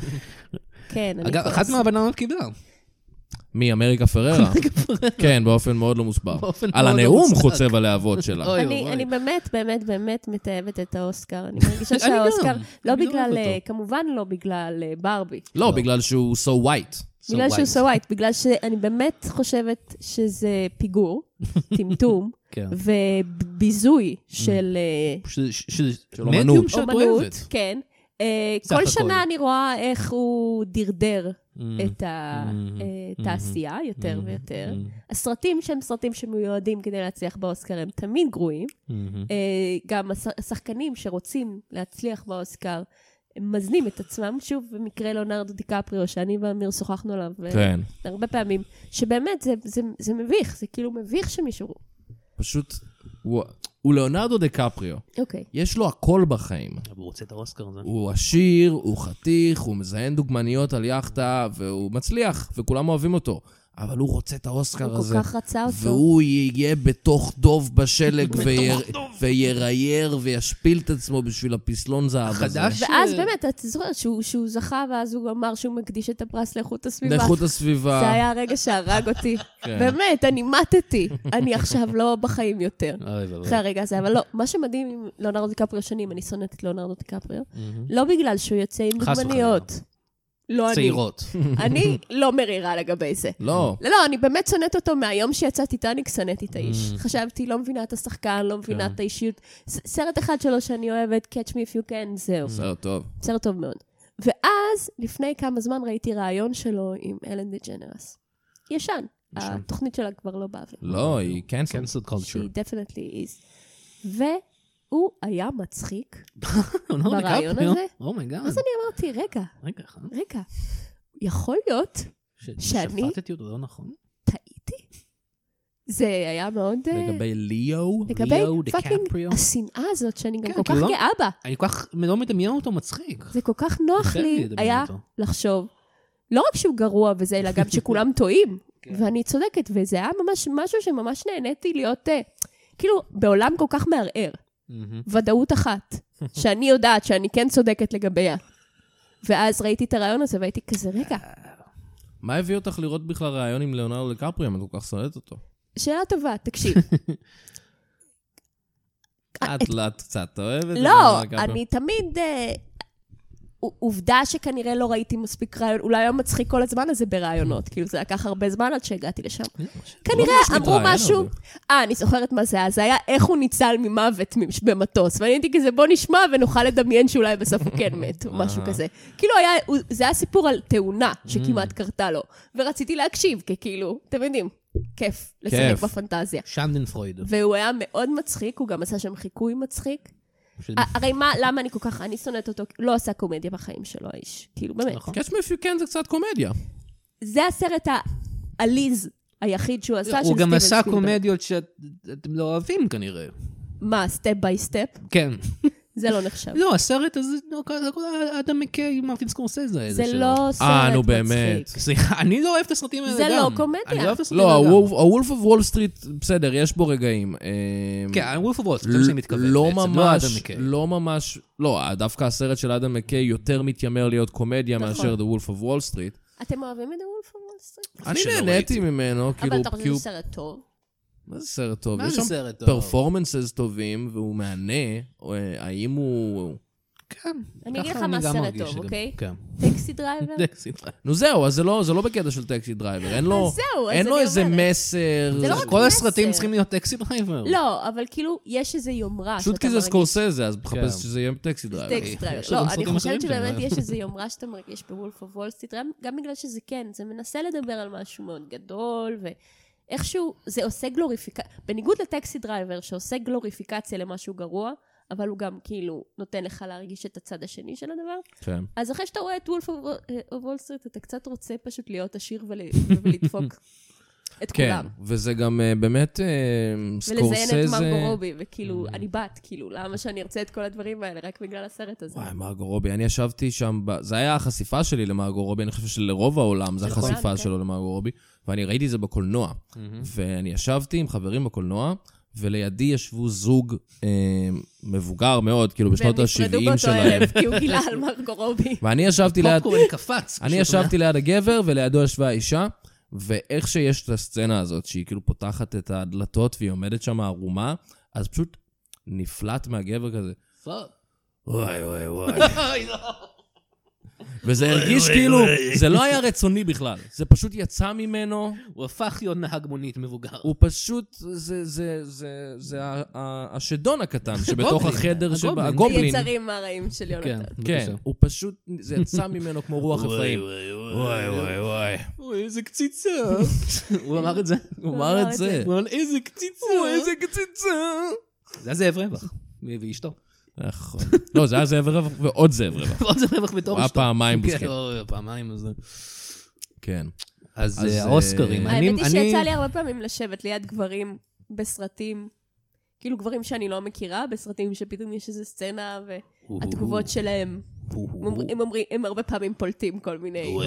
כן, אני אגב, אחת כועסת. מהבננות קיבלה. מי, אמריקה פררה? כן, באופן מאוד לא מוסבר. על הנאום חוצב הלהבות שלה. אוי, אני באמת מתאהבת את האוסקר. אני מרגישה שהאוסקר, לא אני בגלל, אוהב אותו. כמובן לא בגלל ברבי. לא, בגלל שהוא so white. בגלל שהוא so white, בגלל שאני באמת חושבת שזה פיגור, טמטום, כן. וביזוי של של אומנות. מדיום שאת אומנות, אוהבת. כן. סך כל הכל. שנה אני רואה איך הוא דרדר את התעשייה יותר ויותר. הסרטים שהם סרטים שמיועדים כדי להצליח באוסקר הם תמיד גרועים. גם השחקנים שרוצים להצליח באוסקר, הם מזנים את עצמם, שוב במקרה ליאונרדו דיקפריו, שאני ואמיר שוחחנו עליו כן. הרבה פעמים, שבאמת זה מביך, זה כאילו מביך שמישהו... פשוט, הוא ליאונרדו דיקפריו. אוקיי. יש לו הכל בחיים. הוא רוצה את האוסקר הזה. הוא עשיר, הוא חתיך, הוא מזיין דוגמניות על יאכטה, והוא מצליח, וכולם אוהבים אותו. אבל הוא רוצה את האוסקר הוא הזה. כל כך רצה אותו. והוא יהיה בתוך דוב בשלג, וירייר וישפיל את עצמו בשביל הפסלון זהב הזה. חדש. ואז באמת, אתה זוכר שהוא זכה, ואז הוא אמר שהוא מקדיש את הפרס לאיכות הסביבה. לאיכות הסביבה. זה היה הרגע שהרג אותי. כן. באמת, אני מתתי. אני עכשיו לא בחיים יותר. אחרי הרגע הזה, אבל לא, מה שמדהים עם ליאונרדו דיקפריו שנים, אני שונאת את ליאונרדו דיקפריו, לא בגלל שהוא יוצא עם חס דוגמניות. לא אני. צעירות. אני לא מרירה לגבי זה. לא. לא, אני באמת שונאת אותו מהיום שיצא טיטניק, שונאתי את האיש. חשבתי, לא מבינה את השחקן, לא מבינה את האישיות. סרט אחד שלו שאני אוהבת, Catch Me If You Can, זהו. סרט טוב. סרט טוב מאוד. ואז, לפני כמה זמן ראיתי רעיון שלו עם אלן דיג'נרס. ישן. התוכנית שלה כבר לא באוויר. לא, היא cancelled. cancelled culture. She definitely is. והוא היה מצחיק ברעיון הזה. אומייגאד. אז אני אמרתי, רגע, יכול להיות שאני- שפטתי אותו, לא נכון? טעיתי? זה היה מאוד... לגבי ליאו, לגבי ליאו פאקינג דיקפריו. השנאה הזאת שאני גם כן, כל כך כאילו לא- גאה בה. אני כל כך לא מדמיין אותו מצחיק. זה כל כך נוח יפה לי לדמיין היה אותו. לחשוב, לא רק שהוא גרוע וזה, אלא גם שכולם טועים. ואני צודקת, וזה היה ממש משהו שממש נהניתי להיות, כאילו, בעולם כל כך מערער. ודאות אחת, שאני יודעת שאני כן צודקת לגביה. ואז ראיתי את הרעיון הזה והייתי כזה, רגע, מה הביא אותך לראות בכלל רעיון עם ליאונרדו דיקפריו, אם את כל כך שונאת אותו? שאלה טובה, תקשיב. את קצת אוהבת? לא, אני תמיד... עובדה שכנראה לא ראיתי מספיק רעיון, אולי היה מצחיק כל הזמן הזה ברעיונות, כאילו זה לקח הרבה זמן עד שהגעתי לשם. כנראה אמרו משהו, אני זוכרת מה זה היה, זה היה איך הוא ניצל ממוות במטוס, ואני הייתי כזה, בוא נשמע ונוכל לדמיין שאולי בסוף הוא כן מת, או משהו כזה. כאילו זה היה סיפור על תאונה שכמעט קרתה לו, ורציתי להקשיב, כי כאילו, אתם יודעים, כיף לשחק בפנטזיה. שנדן פרויד. והוא היה מאוד מצחיק, הוא גם עשה שם חיקוי מצחיק. הרי למה אני כל כך, אני שונאת אותו, לא עשה קומדיה בחיים שלו, האיש. כאילו, באמת. Catch Me If You Can זה קצת קומדיה. זה הסרט העליז היחיד שהוא עשה של הוא גם סטיבן עשה ספילברג. קומדיות שאתם לא אוהבים כנראה. מה, סטפ ביי סטפ? כן. זה לא נחשב. לא, הסרט הזה, אדם מקיי, מרטין סקורסזה. זה לא סרט נו, מצחיק. באמת. סליחה, אני לא אוהב את הסרטים האלה גם. זה לא קומדיה. אני לא אוהב את הסרטים האלה לא, גם. הוולף אוף וול סטריט, בסדר, יש בו רגעים. כן, הוולף אוף וול סטריט, זה מה שאני מתכוון לא בעצם, לא ממש, אדם מקיי. לא ממש, לא, דווקא הסרט של אדם מקיי יותר מתיימר להיות קומדיה מאשר The Wolf of Wall Street. אתם אוהבים את הוולף אוף וול סטריט? אני נהניתי ממנו, כאילו... אבל אתה חושב שזה סרט טוב? מה זה סרט טוב? מה יש זה שם סרט טוב? פרפורמנסס טובים, והוא מהנה, האם הוא... כן. אני אגיד לך ככה מה אני גם סרט מרגיש טוב, שגם- אוקיי? כן. טקסי דרייבר? נו זהו, אז זה לא בקטע של טקסי דרייבר, אין לו... אז זהו, אז אין לו אני איזה אומרת. מסר. זה לא רק כל מסר. הסרטים צריכים להיות טקסי דרייבר. לא, אבל כאילו, יש איזה יומרה פשוט כי זה סקורסזה, אז מחפש שזה יהיה טקסי דרייבר. טקסט דרייבר. יש לו לא, גם אני סרטים חושבת אחרים שבאמת שם. יש איזו יומרה שאתה מרגיש בוולף אוף וול סטריט, גם בגלל שזה כן, זה מנסה לדבר על משהו מאוד גדול, ואיכשהו זה עושה גלוריפיקציה, בניגוד לטקסי דרייבר, שעושה גלוריפיקציה למשהו גרוע, אבל הוא גם כאילו נותן לך להרגיש את הצד השני של הדבר. כן. אז אחרי שאתה רואה את וולף אוף וול סטריט, אתה קצת רוצה פשוט להיות עשיר ולדפוק את כן, כולם. וזה גם באמת ולזיין את סקורסזה... מרגו רובי, וכאילו, אני בת, כאילו, למה שאני ארצה את כל הדברים האלה, רק בגלל הסרט הזה. וואי, מרגו רובי, אני ישבתי שם, זה היה החשיפה שלי למרגו רובי, אני חושב שלרוב העולם זה החשיפה שלו למרגו רובי, ואני ראיתי זה בקולנוע. ואני ישבתי עם חברים בקולנוע, ולידי ישבו זוג מבוגר מאוד, כאילו בשנות והם נפרדו ה-70 באותו שלהם. ערב, כי הוא גילה על מרגו רובי. ואני ישבתי ליד... פופקורן קפץ. אני ישבתי ליד הגבר, ולידו ישבה האישה, ואיך שיש את הסצנה הזאת, שהיא כאילו פותחת את הדלתות, והיא עומדת שם ערומה, אז פשוט נפלט מהגבר כזה. וואי, וואי, וואי. וזה הרגיש כאילו, זה לא היה רצוני בכלל. זה פשוט יצא ממנו. הוא הפך להיות נהג מונית מבוגר. הוא פשוט, זה השדון הקטן שבתוך החדר של הגובלין. היצרים הרעים של יונתן. כן, הוא פשוט, זה יצא ממנו כמו רוח רפאים. וואי, וואי, וואי. אוי, איזה קציצה. הוא אמר את זה. הוא אמר את זה. הוא אמר, איזה קציצה. איזה קציצה. זה היה זאב רווח. ואשתו. נכון. לא, זה היה זאב רווח ועוד זאב רווח. ועוד זאב רווח בתור היה אשתו. פעמיים כן, בוסקט. פעמיים, אז... כן. אז אז, האוסקרים. האמת היא שיצא לי הרבה פעמים לשבת ליד גברים בסרטים, כאילו גברים שאני לא מכירה, בסרטים שפתאום יש איזו סצנה, והתגובות שלהם, הם הרבה פעמים פולטים כל מיני,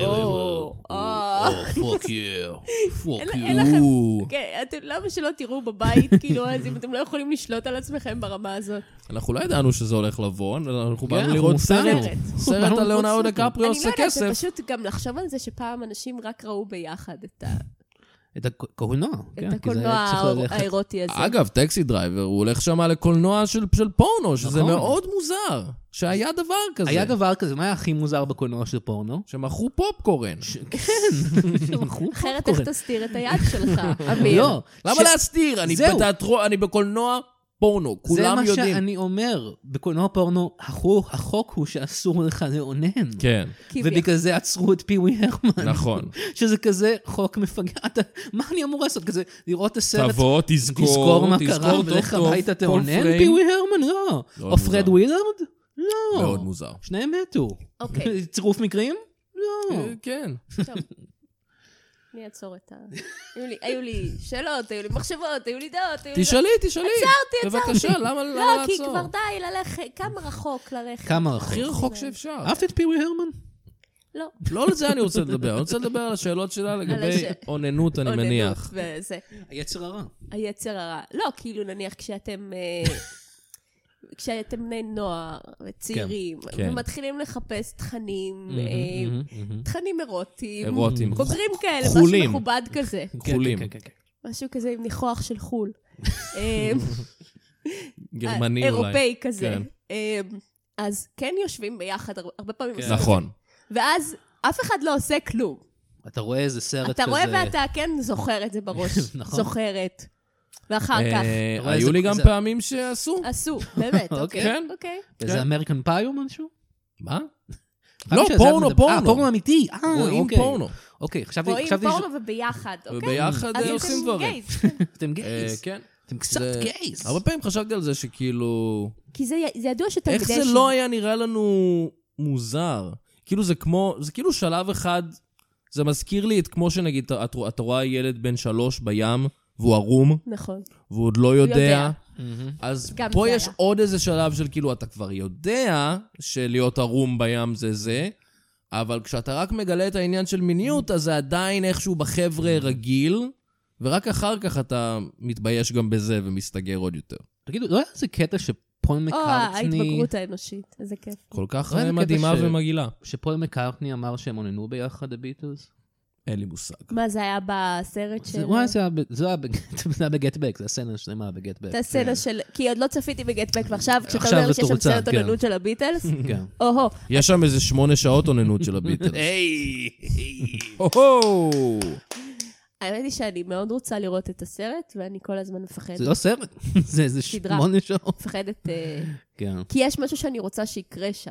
פוק יו. פוק אין יו. לכם, כן, למה שלא תראו בבית, כאילו, אז אם אתם לא יכולים לשלוט על עצמכם ברמה הזאת. אנחנו לא ידענו שזה הולך לבוא, אנחנו באנו אנחנו לראות הופתענו. סרט על ליאונרדו דיקפריו אני עושה לא יודעת, זה כסף. פשוט גם לחשוב על זה שפעם אנשים רק ראו ביחד את הקולנוע. את הקולנוע האירוטי הזה. אגב, טקסי דרייבר, הוא הולך שם לקולנוע של פורנו, שזה נכון. מאוד מוזר. שהיה דבר כזה. היה דבר כזה, מה היה הכי מוזר בקולנוע של פורנו? שמכרו פופקורן. כן. אחרת איך תסתיר את היד שלך, אמיר? לא. למה להסתיר? אני זהו. בתיאטרון, אני בקולנוע פורנו, זה כולם מה יודעים. שאני אומר. בקולנוע פורנו, החוק הוא שאסור לך לאונן. כן, ובגלל זה עצרו את פיווי הרמן. נכון. שזה כזה חוק מפגע. מה אני אמור לעשות? כזה לראות את הסרט, תבוא, תזכור מה קרה, ולך הביתה תאונן פיווי הרמן? לא. או פרד ווילארד? לא. מאוד מוזר. שניהם מתו. אוקיי. צירוף מקרים? לא. כן. טוב. אני אעצור את ה... היו לי שאלות, היו לי מחשבות, היו לי דעות. תשאלי. עצרתי. בבקשה, למה לא, כי לעצור? כבר די ללכת, כמה רחוק ללכת. כמה רחוק. הכי רחוק שאפשר. אהבת את פיווי הרמן? לא. לא על זה אני רוצה לדבר. אני רוצה לדבר על השאלות שלה לגבי אוננות, אני מניח. וזה. היצר הרע. היצר הרע. לא, כאילו נניח כשאתם בני נוער וצעירים, כן. ומתחילים לחפש תכנים אירוטיים. אירוטיים. בוגרים כאלה, משהו חולים. מכובד כזה. כחולים. משהו כזה עם ניחוח של חול. גרמני אולי. אירופאי כזה. כן. אז כן יושבים ביחד, הרבה פעמים עושים את זה. נכון. ואז אף אחד לא עושה כלום. אתה רואה איזה סרט כזה... אתה רואה ואתה כן זוכר את זה בראש. זוכרת. ואחר כך. היו לי גם פעמים שעשו. עשו, באמת. כן. אוקיי. וזה אמריקן פאי או משהו? מה? לא, פורנו. פורנו אמיתי. רואים פורנו. אוקיי, חשבתי... רואים פורנו וביחד, אוקיי? וביחד עושים דברים. אתם גייז. כן. אתם קצת גייז. הרבה פעמים חשבתי על זה שכאילו... כי זה ידוע שאתה איך זה לא היה נראה לנו מוזר? כאילו זה כאילו שלב אחד, זה מזכיר לי את כמו שנגיד, אתה רואה ילד בן 3 בים, והוא ערום. נכון. והוא עוד לא יודע. אז פה יש היה. עוד איזה שלב של כאילו, אתה כבר יודע שלהיות ערום בים זה, אבל כשאתה רק מגלה את העניין של מיניות, אז זה עדיין איכשהו בחבר'ה רגיל, ורק אחר כך אתה מתבייש גם בזה ומסתגר עוד יותר. תגידו, לא היה איזה קטע שפול מקארטני... ההתבגרות האנושית, איזה כיף. כל כך מדהימה ומגעילה. שפול מקארטני אמר שהם עוננו ביחד הביטלס? אין לי מושג. מה זה היה בסרט של... זה היה בגט-בק, זה הסצנה שלמה בגט-בק. זה הסצנה של... כי עוד לא צפיתי בגט-בק, ועכשיו כשאתה אומר שיש שם סרט עוננות של הביטלס, או-הו. יש שם איזה 8 שעות עוננות של הביטלס. היי! או-הו! האמת היא שאני מאוד רוצה לראות את הסרט, ואני כל הזמן מפחדת. זה לא סרט, זה איזה 8 שעות. מפחדת... כן. כי יש משהו שאני רוצה שיקרה שם.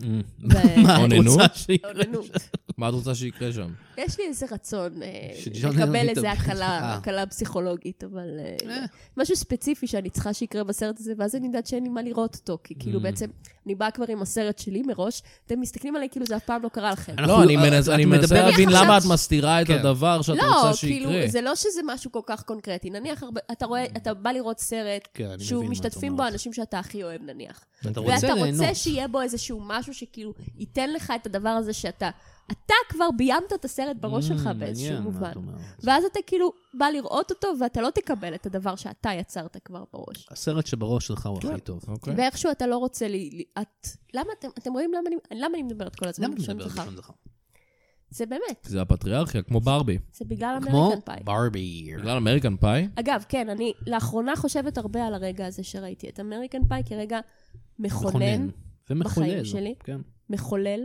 מה את רוצה שיקרה? עוננות. מה את רוצה שיקרה שם? יש לי איזה רצון שג'ון לקבל לנון איזה יתאבד. הקלה פסיכולוגית, אבל משהו ספציפי שאני צריכה שיקרה בסרט הזה, ואז אני יודעת שאין לי מה לראות אותו, כי כאילו בעצם אני באה כבר עם הסרט שלי מראש, אתם מסתכלים עליי כאילו זה אף פעם לא קרה לכם. לא, אני מנסה להבין למה את מסתירה את הדבר שאת רוצה לא, שיקרה. כאילו, זה לא שזה משהו כל כך קונקרטי. נניח, אתה רואה, אתה בא לראות סרט שהוא משתתפים בו אנשים שאתה הכי אוהב, נניח. ואתה רוצה שיהיה בו איזשהו משהו שכאילו ייתן לך את הדבר הזה שאתה כבר ביימת את הסרט בראש שלך באיזשהו מובן. ואז אתה כאילו בא לראות אותו, ואתה לא תקבל את הדבר שאתה יצרת כבר בראש. הסרט שבראש שלך הוא הכי טוב. ואיכשהו אתה לא רוצה למה אתם רואים למה אני מדברת כל הזמן? למה אני מדברת בשם זכר? זה באמת. זה הפטריארכיה, כמו ברבי. זה בגלל אמריקן פאי. כמו ברבי. בגלל אמריקן פאי? אגב, כן, אני לאחרונה חושבת הרבה על הרגע הזה שראיתי את אמריקן פאי כרגע מכונן בחיים שלי. מחולל.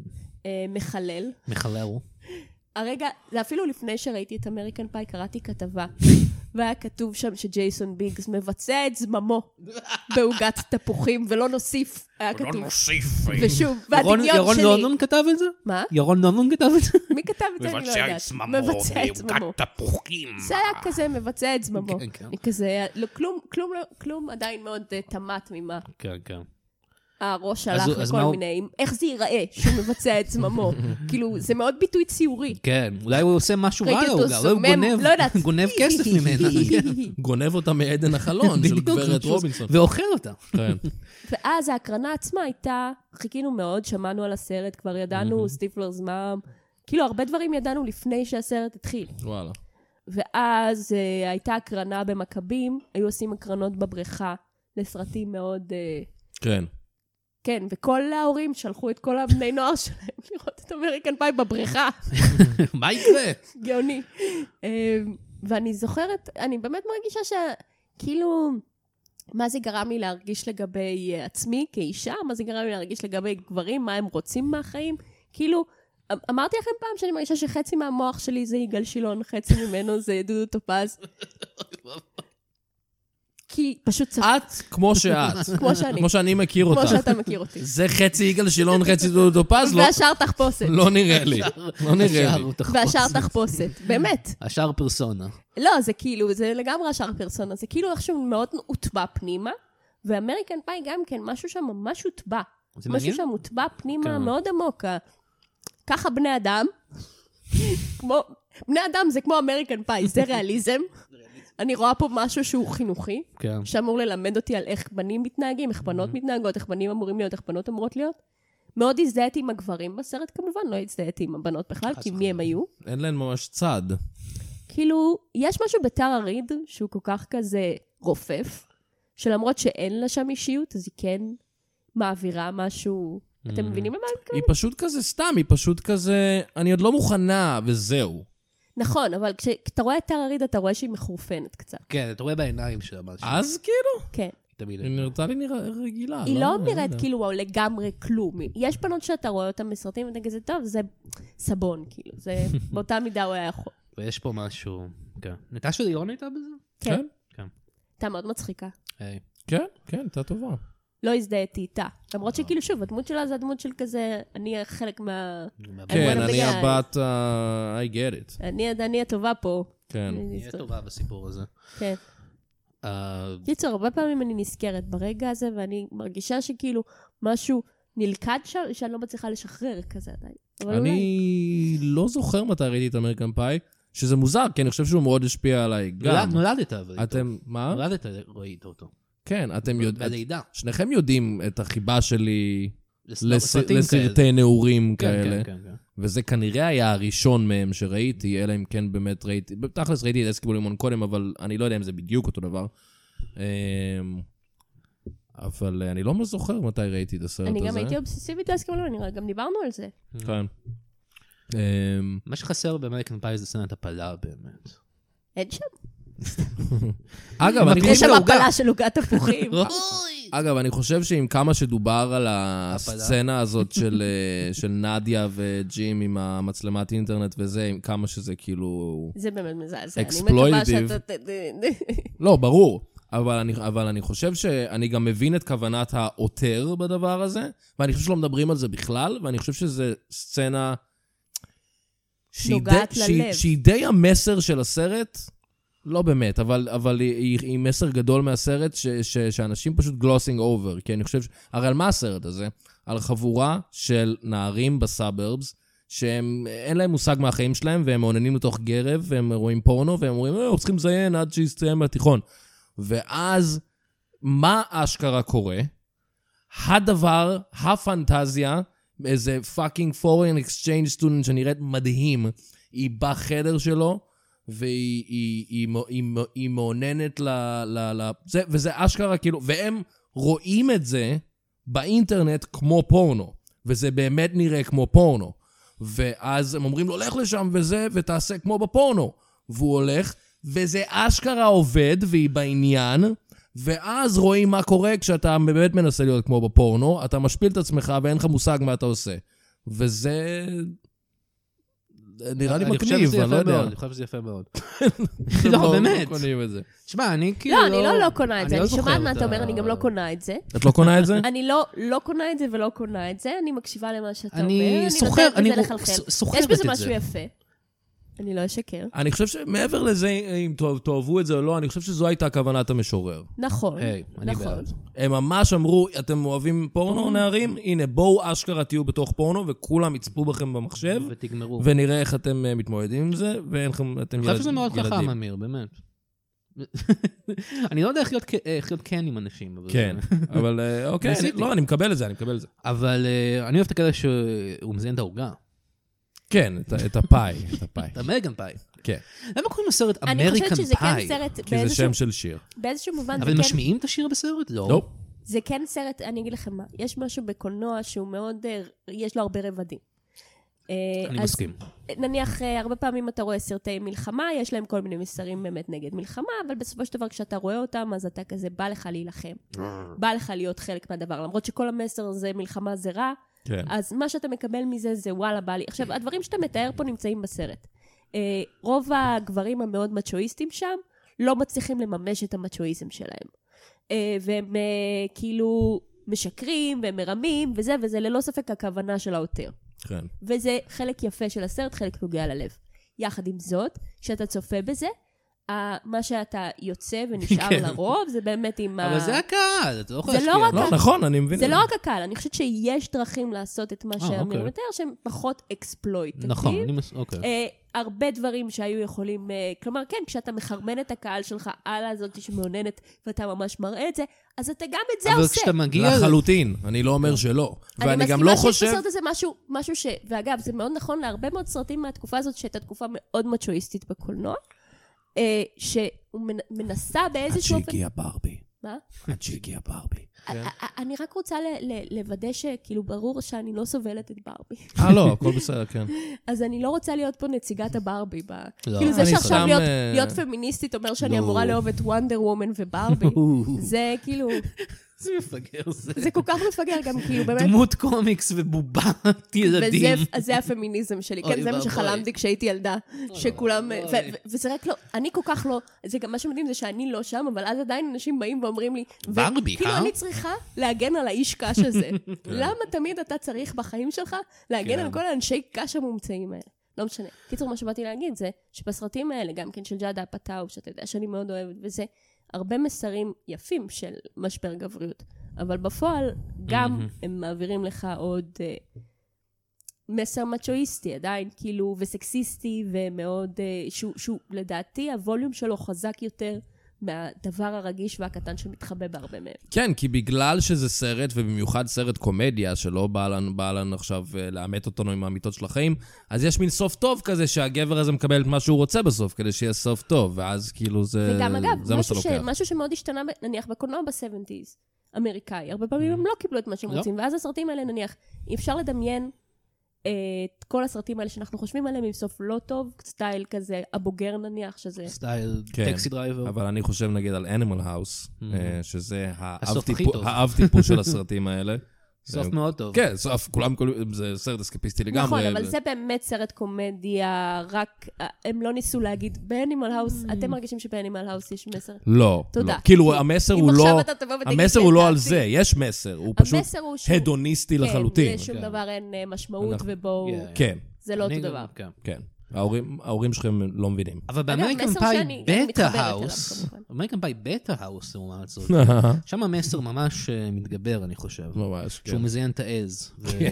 מחלל. מחלל. הרגע, זה אפילו לפני שראיתי את אמריקן פאי, קראתי כתבה, והיה כתוב שם שג'ייסון ביגס מבצע את זממו בעוגת תפוחים, ולא נוסיף, היה כתוב. לא נוסיף. ושוב, והדמיון שלי. ירון לונדון כתב את זה? מה? ירון לונדון כתב את זה? מי כתב את זה? אני לא יודעת. מבצע את זממו בעוגת תפוחים. זה היה כזה, מבצע את זממו. כזה, כלום עדיין מאוד תמת ממה. כן, כן. הראש הלך לכל מיני, איך זה ייראה שהוא מבצע את זממו. כאילו, זה מאוד ביטוי ציורי. כן, אולי הוא עושה משהו רע, אולי הוא גונב כסף ממנה. גונב אותה מעדן החלון של גברת רובינסון. ואוכל אותה. ואז ההקרנה עצמה הייתה, חיכינו מאוד, שמענו על הסרט, כבר ידענו, סטיפלר's mom, כאילו הרבה דברים ידענו לפני שהסרט התחיל. וואלה. ואז הייתה הקרנה במכבים, היו עושים הקרנות בבריכה, לסרטים מאוד... כן. כן, וכל ההורים שלחו את כל הבני נוער שלהם לראות את אמריקן פאי בבריכה. מה יקרה? גאוני. ואני זוכרת, אני באמת מרגישה שכאילו, מה זה גרם לי להרגיש לגבי עצמי כאישה, מה זה גרם לי להרגיש לגבי גברים, מה הם רוצים מהחיים. כאילו, אמרתי לכם פעם שאני מרגישה שחצי מהמוח שלי זה יגאל שילון, חצי ממנו זה דודו טופז. כי פשוט צריך... את כמו שאת. כמו שאני. כמו שאני מכיר אותך. כמו שאתה מכיר אותי. זה חצי יגאל שילון, חצי דודו טופז? והשאר תחפושת. לא נראה לי. לא נראה לי. והשאר תחפושת. באמת. השאר פרסונה. לא, זה כאילו, זה לגמרי השאר פרסונה. זה כאילו איכשהו מאוד הוטבע פנימה, ואמריקן פאי גם כן, משהו שם ממש הוטבע. משהו שם הוטבע פנימה מאוד עמוק. ככה בני אדם, בני אדם זה כמו אמריקן פאי, זה ריאליזם. אני רואה פה משהו שהוא חינוכי, שאמור ללמד אותי על איך בנים מתנהגים, איך בנות מתנהגות, איך בנים אמורים להיות, איך בנות אמורות להיות. מאוד הזדהיתי עם הגברים בסרט, כמובן, לא הזדהיתי עם הבנות בכלל, כי מי הם היו. אין להם ממש צד. כאילו, יש משהו בטרה ריד, שהוא כל כך כזה רופף, שלמרות שאין לה שם אישיות, אז היא כן מעבירה משהו... אתם מבינים מה אני מתכוונת? היא פשוט כזה סתם, היא פשוט כזה... אני עוד לא מוכנה, וזהו. נכון, אבל כשאתה רואה את טרה ריד, אתה רואה שהיא מחורפנת קצת. כן, אתה רואה בעיניים שלה משהו. אז כאילו? כן. תמיד. היא נראתה לי רגילה. היא לא נראית כאילו לגמרי כלום. יש בנות שאתה רואה אותן בסרטים, ואתה כזה, טוב, זה סבון, כאילו. זה באותה מידה הוא היה יכול. ויש פה משהו, כן. נטשה ליון הייתה בזה? כן. כן. הייתה מאוד מצחיקה. כן, כן, הייתה טובה. לא הזדהיתי איתה. למרות שכאילו, שוב, הדמות שלה זה הדמות של כזה, אני חלק מה... כן, אני הבת, I get it. אני הטובה פה. כן. היא טובה בסיפור הזה. כן. קיצור, הרבה פעמים אני נזכרת ברגע הזה, ואני מרגישה שכאילו משהו נלכד שם, שאני לא מצליחה לשחרר כזה עדיין. אני לא זוכר מתי ראיתי את אמריקן פאי, שזה מוזר, כי אני חושב שהוא מאוד השפיע עליי גם. נולדת איתו. אתם, מה? נולדת ראית אותו. כן, אתם יודעים, בלידה. שניכם יודעים את החיבה שלי לסרטים לסרטי נעורים כן, כאלה. כן, כן. וזה כנראה היה הראשון מהם שראיתי, אלא אם כן באמת ראיתי, בתכלס ראיתי את אסקימו לימון קודם, אבל אני לא יודע אם זה בדיוק אותו דבר. אבל אני לא זוכר מתי ראיתי את הסרט הזה. אני גם הייתי אובססיבית לאסקימו לימון, גם דיברנו על זה. כן. מה שחסר באמריקן פאי זה סצנת הפלה באמת. אין שם. אגב, אני חושב שעם כמה שדובר על הסצנה הזאת של נדיה וג'ים עם המצלמת אינטרנט וזה, עם כמה שזה כאילו... זה באמת מזעזע. אקספלויטיב. לא, ברור. אבל אני חושב שאני גם מבין את כוונת העותר בדבר הזה, ואני חושב שלא מדברים על זה בכלל, ואני חושב שזה סצנה... נוגעת ללב. שהיא די המסר של הסרט... לא באמת, אבל היא מסר גדול מהסרט שאנשים פשוט גלוסינג אובר, כי אני חושב, הרי על מה הסרט הזה? על חבורה של נערים בסאברבס, שהם, אין להם מושג מהחיים שלהם, והם מעוננים לתוך גרב, והם רואים פורנו, והם אומרים, צריכים לזיין עד שיסתיים בתיכון. ואז, מה אשכרה קורה? הדבר, הפנטזיה, איזה fucking foreign exchange student שנראית מדהים, היא בחדר שלו, והיא מעוננת וזה אשכרה כאילו, והם רואים את זה באינטרנט כמו פורנו, וזה באמת נראה כמו פורנו, ואז הם אומרים לו, לך לשם וזה, ותעשה כמו בפורנו, והוא הולך, וזה אשכרה עובד, והיא בעניין, ואז רואים מה קורה כשאתה באמת מנסה להיות כמו בפורנו, אתה משפיל את עצמך ואין לך מושג מה אתה עושה, וזה... נראה לי מגניב, אני לא יודע. אני חושב שזה יפה מאוד. לא, באמת. שמע, אני כאילו... לא, אני לא קונה את זה. אני שומעת מה אתה אומר, אני גם לא קונה את זה. את לא קונה את זה? אני לא קונה את זה ולא קונה את זה. אני מקשיבה למה שאתה אומר. אני סוחרת את זה. יש בזה משהו יפה. אני לא אשקר. אני חושב שמעבר לזה, אם תאהבו את זה או לא, אני חושב שזו הייתה כוונת המשורר. נכון, נכון. הם ממש אמרו, אתם אוהבים פורנו, נערים? הנה, בואו אשכרה תהיו בתוך פורנו, וכולם יצפו בכם במחשב, ותגמרו. ונראה איך אתם מתמודדים עם זה, ואתם ילדים. אני חושב שזה מאוד חכם, אמיר, באמת. אני לא יודע איך להיות כן עם אנשים. כן, אבל אוקיי, לא, אני מקבל את זה, אבל אני אוהב את הכאלה שהוא מזיין את ההורגה. כן, את הפאי. את אמריקן פאי. כן. למה קוראים לסרט אמריקן פאי? אני חושבת שזה כן סרט... כי זה שם של שיר. באיזשהו מובן אבל משמיעים את השיר בסרט? לא. זה כן סרט, אני אגיד לכם מה, יש משהו בקולנוע שהוא מאוד, יש לו הרבה רבדים. אני מסכים. נניח, הרבה פעמים אתה רואה סרטי מלחמה, יש להם כל מיני מסרים באמת נגד מלחמה, אבל בסופו של דבר כשאתה רואה אותם, אז אתה כזה בא לך להילחם. בא לך להיות חלק מהדבר, למרות שכל המסר זה מלחמה זה רע, כן. אז מה שאתה מקבל מזה זה וואלה בא לי. עכשיו, הדברים שאתה מתאר פה נמצאים בסרט. רוב הגברים המאוד מצ'ואיסטים שם, לא מצליחים לממש את המצ'ואיזם שלהם. והם כאילו משקרים והם מרמים, וזה ללא ספק הכוונה של העותר. כן. וזה חלק יפה של הסרט, חלק נוגע ללב. יחד עם זאת, כשאתה צופה בזה, מה שאתה יוצא ונשאר לרוב, זה באמת עם אבל זה הקהל, אתה לא יכול להשקיע. לא, נכון, אני מבין. זה לא רק הקהל, אני חושבת שיש דרכים לעשות את מה שאמיר מתאר, שהם פחות אקספלויטטיב. נכון, אוקיי. הרבה דברים שהיו יכולים, כלומר, כן, כשאתה מחרמן את הקהל שלך על הזאת שמעוננת, ואתה ממש מראה את זה, אז אתה גם את זה עושה. אבל כשאתה מגיע... לחלוטין, אני לא אומר שלא. ואני גם לא חושב... אני מסכימה שיש בסרט הזה משהו ואגב, זה מאוד נכון להרבה מאוד סרטים מהתקופה הזאת, שהייתה תקופה מאוד מצ'ואיסטית בקולנוע, שהוא מנסה באיזשהו אופן... עד שהגיע ברבי. מה? עד שהגיע ברבי. אני רק רוצה לוודא שכאילו ברור שאני לא סובלת את ברבי. לא, הכל בסדר, כן. אז אני לא רוצה להיות פה נציגת הברבי. לא. כאילו זה אני שעכשיו סתם, להיות פמיניסטית אומר שאני לא. אמורה לאהוב את וונדר וומן וברבי. זה כאילו, זה מפגר, זה כל כך מפגר גם כאילו באמת. דמות קומיקס ובובת ילדים. וזה הפמיניזם שלי, אוי, כן, זה מה ואבוי. שחלמתי כשהייתי ילדה, שכולם, וזה רק לא, אני כל כך לא, זה גם מה שמדהים זה שאני לא שם, אבל אז עדיין אנשים באים ואומרים לי, ברבי, כאילו אני צריכה להגן על האיש קש הזה. למה תמיד אתה צריך בחיים שלך להגן על כל האנשי קש המומצאים האלה? לא משנה. קיצור, מה שבאתי להגיד זה, שבסרטים האלה, גם כן של ג'אדה פטאו, שאתה יודע שאני מאוד אוהבת, וזה הרבה מסרים יפים של משבר גבריות. אבל בפועל, גם הם מעבירים לך עוד מסר מצ'ואיסטי, עדיין, כאילו, וסקסיסטי, ומאוד, שהוא לדעתי, הווליום שלו חזק יותר מהדבר הרגיש והקטן שמתחבא בהרבה מהם. כן, כי בגלל שזה סרט, ובמיוחד סרט קומדיה, שלא בא לנו עכשיו לאמת אותנו עם האמיתות של החיים, אז יש מין סוף טוב כזה, שהגבר הזה מקבל את מה שהוא רוצה בסוף, כדי שיהיה סוף טוב, ואז כאילו זה... וגם אגב, זה מה שאתה לוקח. משהו שמאוד השתנה, נניח, בקולנוע ב-70s, אמריקאי, הרבה פעמים הם לא קיבלו את מה שהם רוצים, ואז הסרטים האלה, נניח, אי אפשר לדמיין את כל הסרטים האלה שאנחנו חושבים עליהם עם סוף לא טוב, סטייל כזה, הבוגר נניח, שזה... סטייל כן. טקסי דרייבר. אבל אני חושב נגיד על Animal House, שזה הסוף הכי טוב. האב טיפוס של הסרטים האלה. סוף מאוד טוב. כן, סוף, זה סרט אסקפיסטי לגמרי. נכון, אבל זה באמת סרט קומדיה, רק, הם לא ניסו להגיד, באנימל האוס, אתם מרגישים שבאנימל האוס יש מסר? לא. תודה. כאילו, המסר הוא לא... אם עכשיו אתה תבוא ותגיד... המסר הוא לא על זה, יש מסר, הוא פשוט הדוניסטי לחלוטין. כן, לשום דבר אין משמעות ובו... כן. זה לא אותו דבר. כן. ההורים שלכם לא מבינים. אבל באמריקן פאי בטה האוס, אמריקן פאי בטה האוס, לעומת זאת, שם המסר ממש מתגבר, אני חושב. ממש, כן. שהוא מזיין את העז.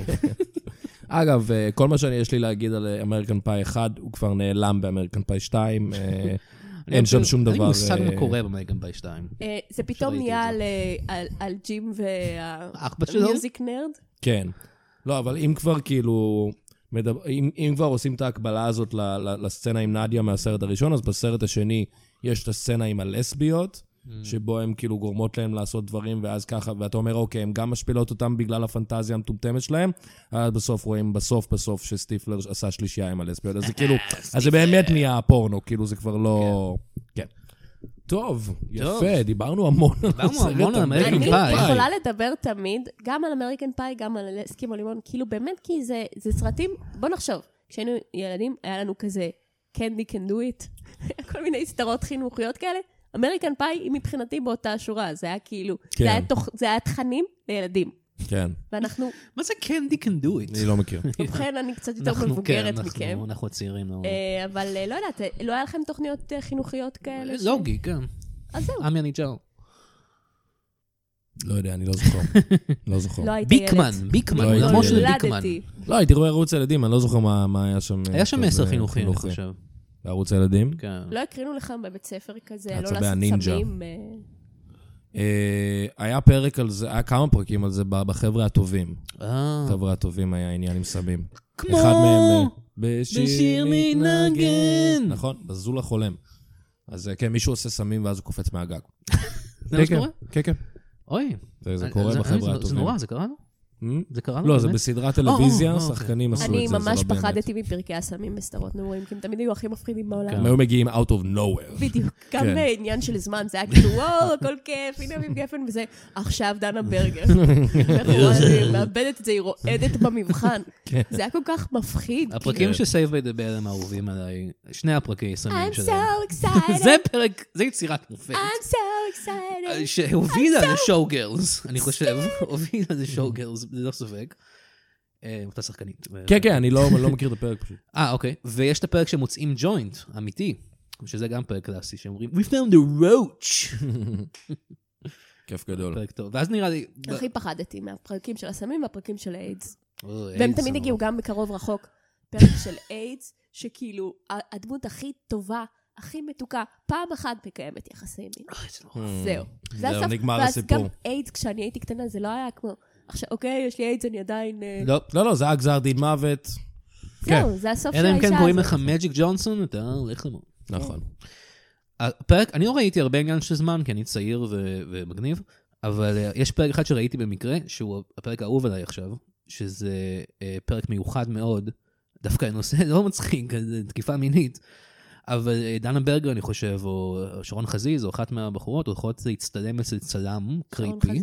אגב, כל מה שיש לי להגיד על אמריקן פאי 1, הוא כבר נעלם באמריקן פאי 2. אין שם שום דבר... אין לי מושג מה קורה באמריקן פאי 2. זה פתאום נהיה על ג'ים והמיוזיק נרד? כן. לא, אבל אם כבר כאילו... אם כבר עושים את ההקבלה הזאת לסצנה עם נדיה מהסרט הראשון, אז בסרט השני יש את הסצנה עם הלסביות, שבו הם כאילו גורמות להם לעשות דברים, ואז ככה, ואתה אומר, אוקיי, הם גם משפילות אותם בגלל הפנטזיה המטומטמת שלהם, אז בסוף רואים, בסוף שסטיפלר עשה שלישייה עם הלסביות, אז זה כאילו, אז זה באמת נהיה פורנו, כאילו זה כבר לא... כן. טוב, יפה, דיברנו המון על המון על אמריקן פאי. אני יכולה לדבר תמיד, גם על אמריקן פאי, גם על אסקימו לימון, כאילו באמת כי זה סרטים, בוא נחשוב, כשהיינו ילדים, היה לנו כזה Candy Can Do It, כל מיני סדרות חינוכיות כאלה, אמריקן פאי היא מבחינתי באותה שורה, זה היה כאילו, זה היה תכנים לילדים. כן. ואנחנו... מה זה Candy Can Do It? אני לא מכיר. ובכן, אני קצת יותר מבוגרת מכם. אנחנו צעירים. אבל לא יודעת, לא היה לכם תוכניות חינוכיות כאלה? לוגי, כן. אז זהו. עמי אניג'ל. לא יודע, אני לא זוכר. לא זוכר. לא הייתי ילד. ביקמן, לא כמו של ביקמן. לא, הייתי רואה ערוץ ילדים, אני לא זוכר מה היה שם. היה שם מסר חינוכי, אני חושב. בערוץ ילדים? כן. לא הקרינו לך בבית ספר כזה, לא הצבי לעשות הנינג'ה. סמים. היה פרק על זה, היה כמה פרקים על זה בחבר'ה הטובים. חבר'ה הטובים היה עניין עם סמים. כמו אחד מהם בשיר מתנגן. נכון, בזול החולם. אז כן, מישהו עושה סמים ואז הוא קופץ מהגג. זה מה שקורה? כן, כן. אוי. זה קורה בחבר'ה הטובים. זה נורא, זה קרה לו? זה קרה לו? לא, זה בסדרת טלוויזיה, שחקנים עשו את זה. אני ממש פחדתי מפרקי הסמים בסדרות נעורים, כי הם תמיד היו הכי מפחידים בעולם. הם היו מגיעים out of nowhere. בדיוק, גם בעניין של זמן, זה היה כאילו, וואו, הכל כיף, הנה אביב גפן, וזה עכשיו דנה ברגר. היא מאבדת את זה, היא רועדת במבחן. זה היה כל כך מפחיד. הפרקים של Save by the Bell הם אהובים עליי, שני הפרקי סמים I'm שלהם. so excited. זה פרק, זה יצירת מופת. I'm so excited. שהובילה לשואו גרלס, אני חושב, הובילה לשואו גרלס, זה לא ספק. אותה שחקנית. כן, כן, אני לא מכיר את הפרק פשוט. אוקיי. ויש את הפרק שמוצאים ג'וינט, אמיתי, שזה גם פרק קלאסי, שאומרים, We found a roach. כיף גדול. פרק טוב. ואז נראה לי... הכי פחדתי מהפרקים של הסמים והפרקים של האיידס. והם תמיד הגיעו גם בקרוב רחוק. פרק של איידס, שכאילו הדמות הכי טובה, הכי מתוקה, פעם אחת מקיימת יחסי מין. זהו. זהו, נגמר הסיפור. ואז גם איידס, כשאני הייתי קטנה, זה לא היה כמו... עכשיו, אוקיי, יש לי איידס, אני עדיין... לא, זה היה גזר דין מוות. זהו, זה הסוף של אלא אם האישה כן קוראים הזאת. לך מג'יק ג'ונסון, אתה הולך למות. נכון. הפרק, אני לא ראיתי הרבה עניין של זמן, כי אני צעיר ומגניב, אבל יש פרק אחד שראיתי במקרה, שהוא הפרק האהוב עליי עכשיו, שזה פרק מיוחד מאוד, דווקא הנושא לא מצחיק, זה תקיפה מינית, אבל דנה ברגר, אני חושב, או שרון חזיז, או אחת מהבחורות, הולכות להצטלם אצל צלם קריפי,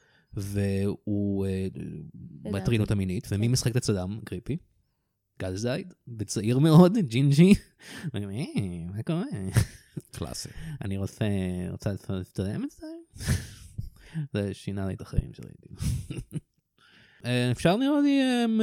והוא מטריד אותה מינית, ומי משחק את הצלם קריפי? גל זייד, בצעיר מאוד, ג'ינג'י, מה קורה? קלאסי. אני רוצה להצטלם את זה? זה שינה לי את החיים שלי. אפשר נראה לי,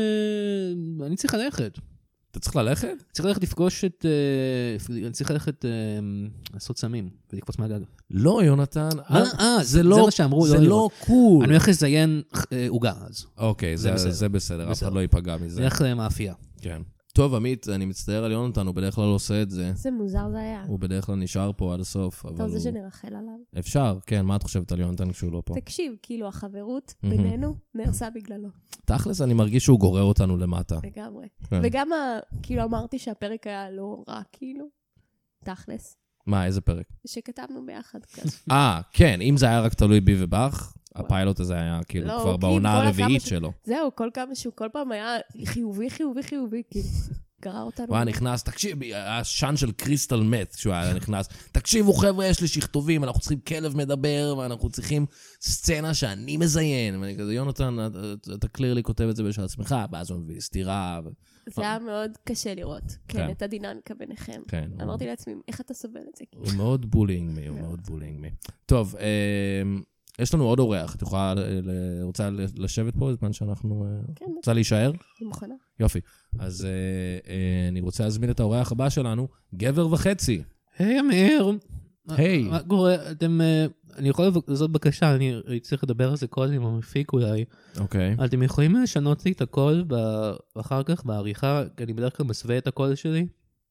אני צריך ללכת. אתה צריך ללכת? צריך ללכת לפגוש את, אני צריך ללכת לעשות סמים ולקפוץ מהגג. לא, יונתן. זה מה שאמרו. זה לא קול. אני הולך לזיין עוגה אז. אוקיי, זה בסדר, אף אחד לא ייפגע מזה. נלך למאפייה. כן. טוב, עמית, אני מצטער על יונתן, הוא בדרך כלל לא עושה את זה. זה מוזר זה היה. הוא בדרך כלל נשאר פה עד הסוף. אתה רוצה שנרחל עליו? אפשר, כן, מה את חושבת על יונתן כשהוא לא פה? תקשיב, כאילו החברות בינינו נהרסה בגללו. תכלס, אני מרגיש שהוא גורר אותנו למטה. לגמרי. וגם, כאילו אמרתי שהפרק היה לא רע, כאילו. תכלס. מה, איזה פרק? שכתבנו ביחד כזה. כן, אם זה היה רק תלוי בי ובך, הפיילוט הזה היה כאילו כבר בעונה הרביעית שלו. זהו, כל פעם היה חיובי, כאילו. גרר אותנו. הוא היה נכנס, תקשיב, היה שן של קריסטל מת, שהוא היה נכנס, תקשיבו חבר'ה, יש לי שכתובים, אנחנו צריכים כלב מדבר, ואנחנו צריכים סצנה שאני מזיין. ואני כזה, יונתן, אתה קלירלי כותב את זה בשביל עצמך, ואז הוא מביא סתירה. זה היה מאוד קשה לראות, כן, את הדינמיקה ביניכם. אמרתי לעצמי, איך אתה סובל את זה? הוא מאוד בולינג מי, טוב, יש לנו עוד אורח, את רוצה לשבת פה בזמן שאנחנו... כן. רוצה להישאר? אני מוכנה. יופי. אז אני רוצה להזמין את האורח הבא שלנו, גבר וחצי. היי, אמיר. היי. מה קורה? אני יכול לעשות בקשה, אני צריך לדבר על זה קודם עם המפיק אולי. אוקיי. אתם יכולים לשנות לי את הקול אחר כך בעריכה, כי אני בדרך כלל מסווה את הקול שלי?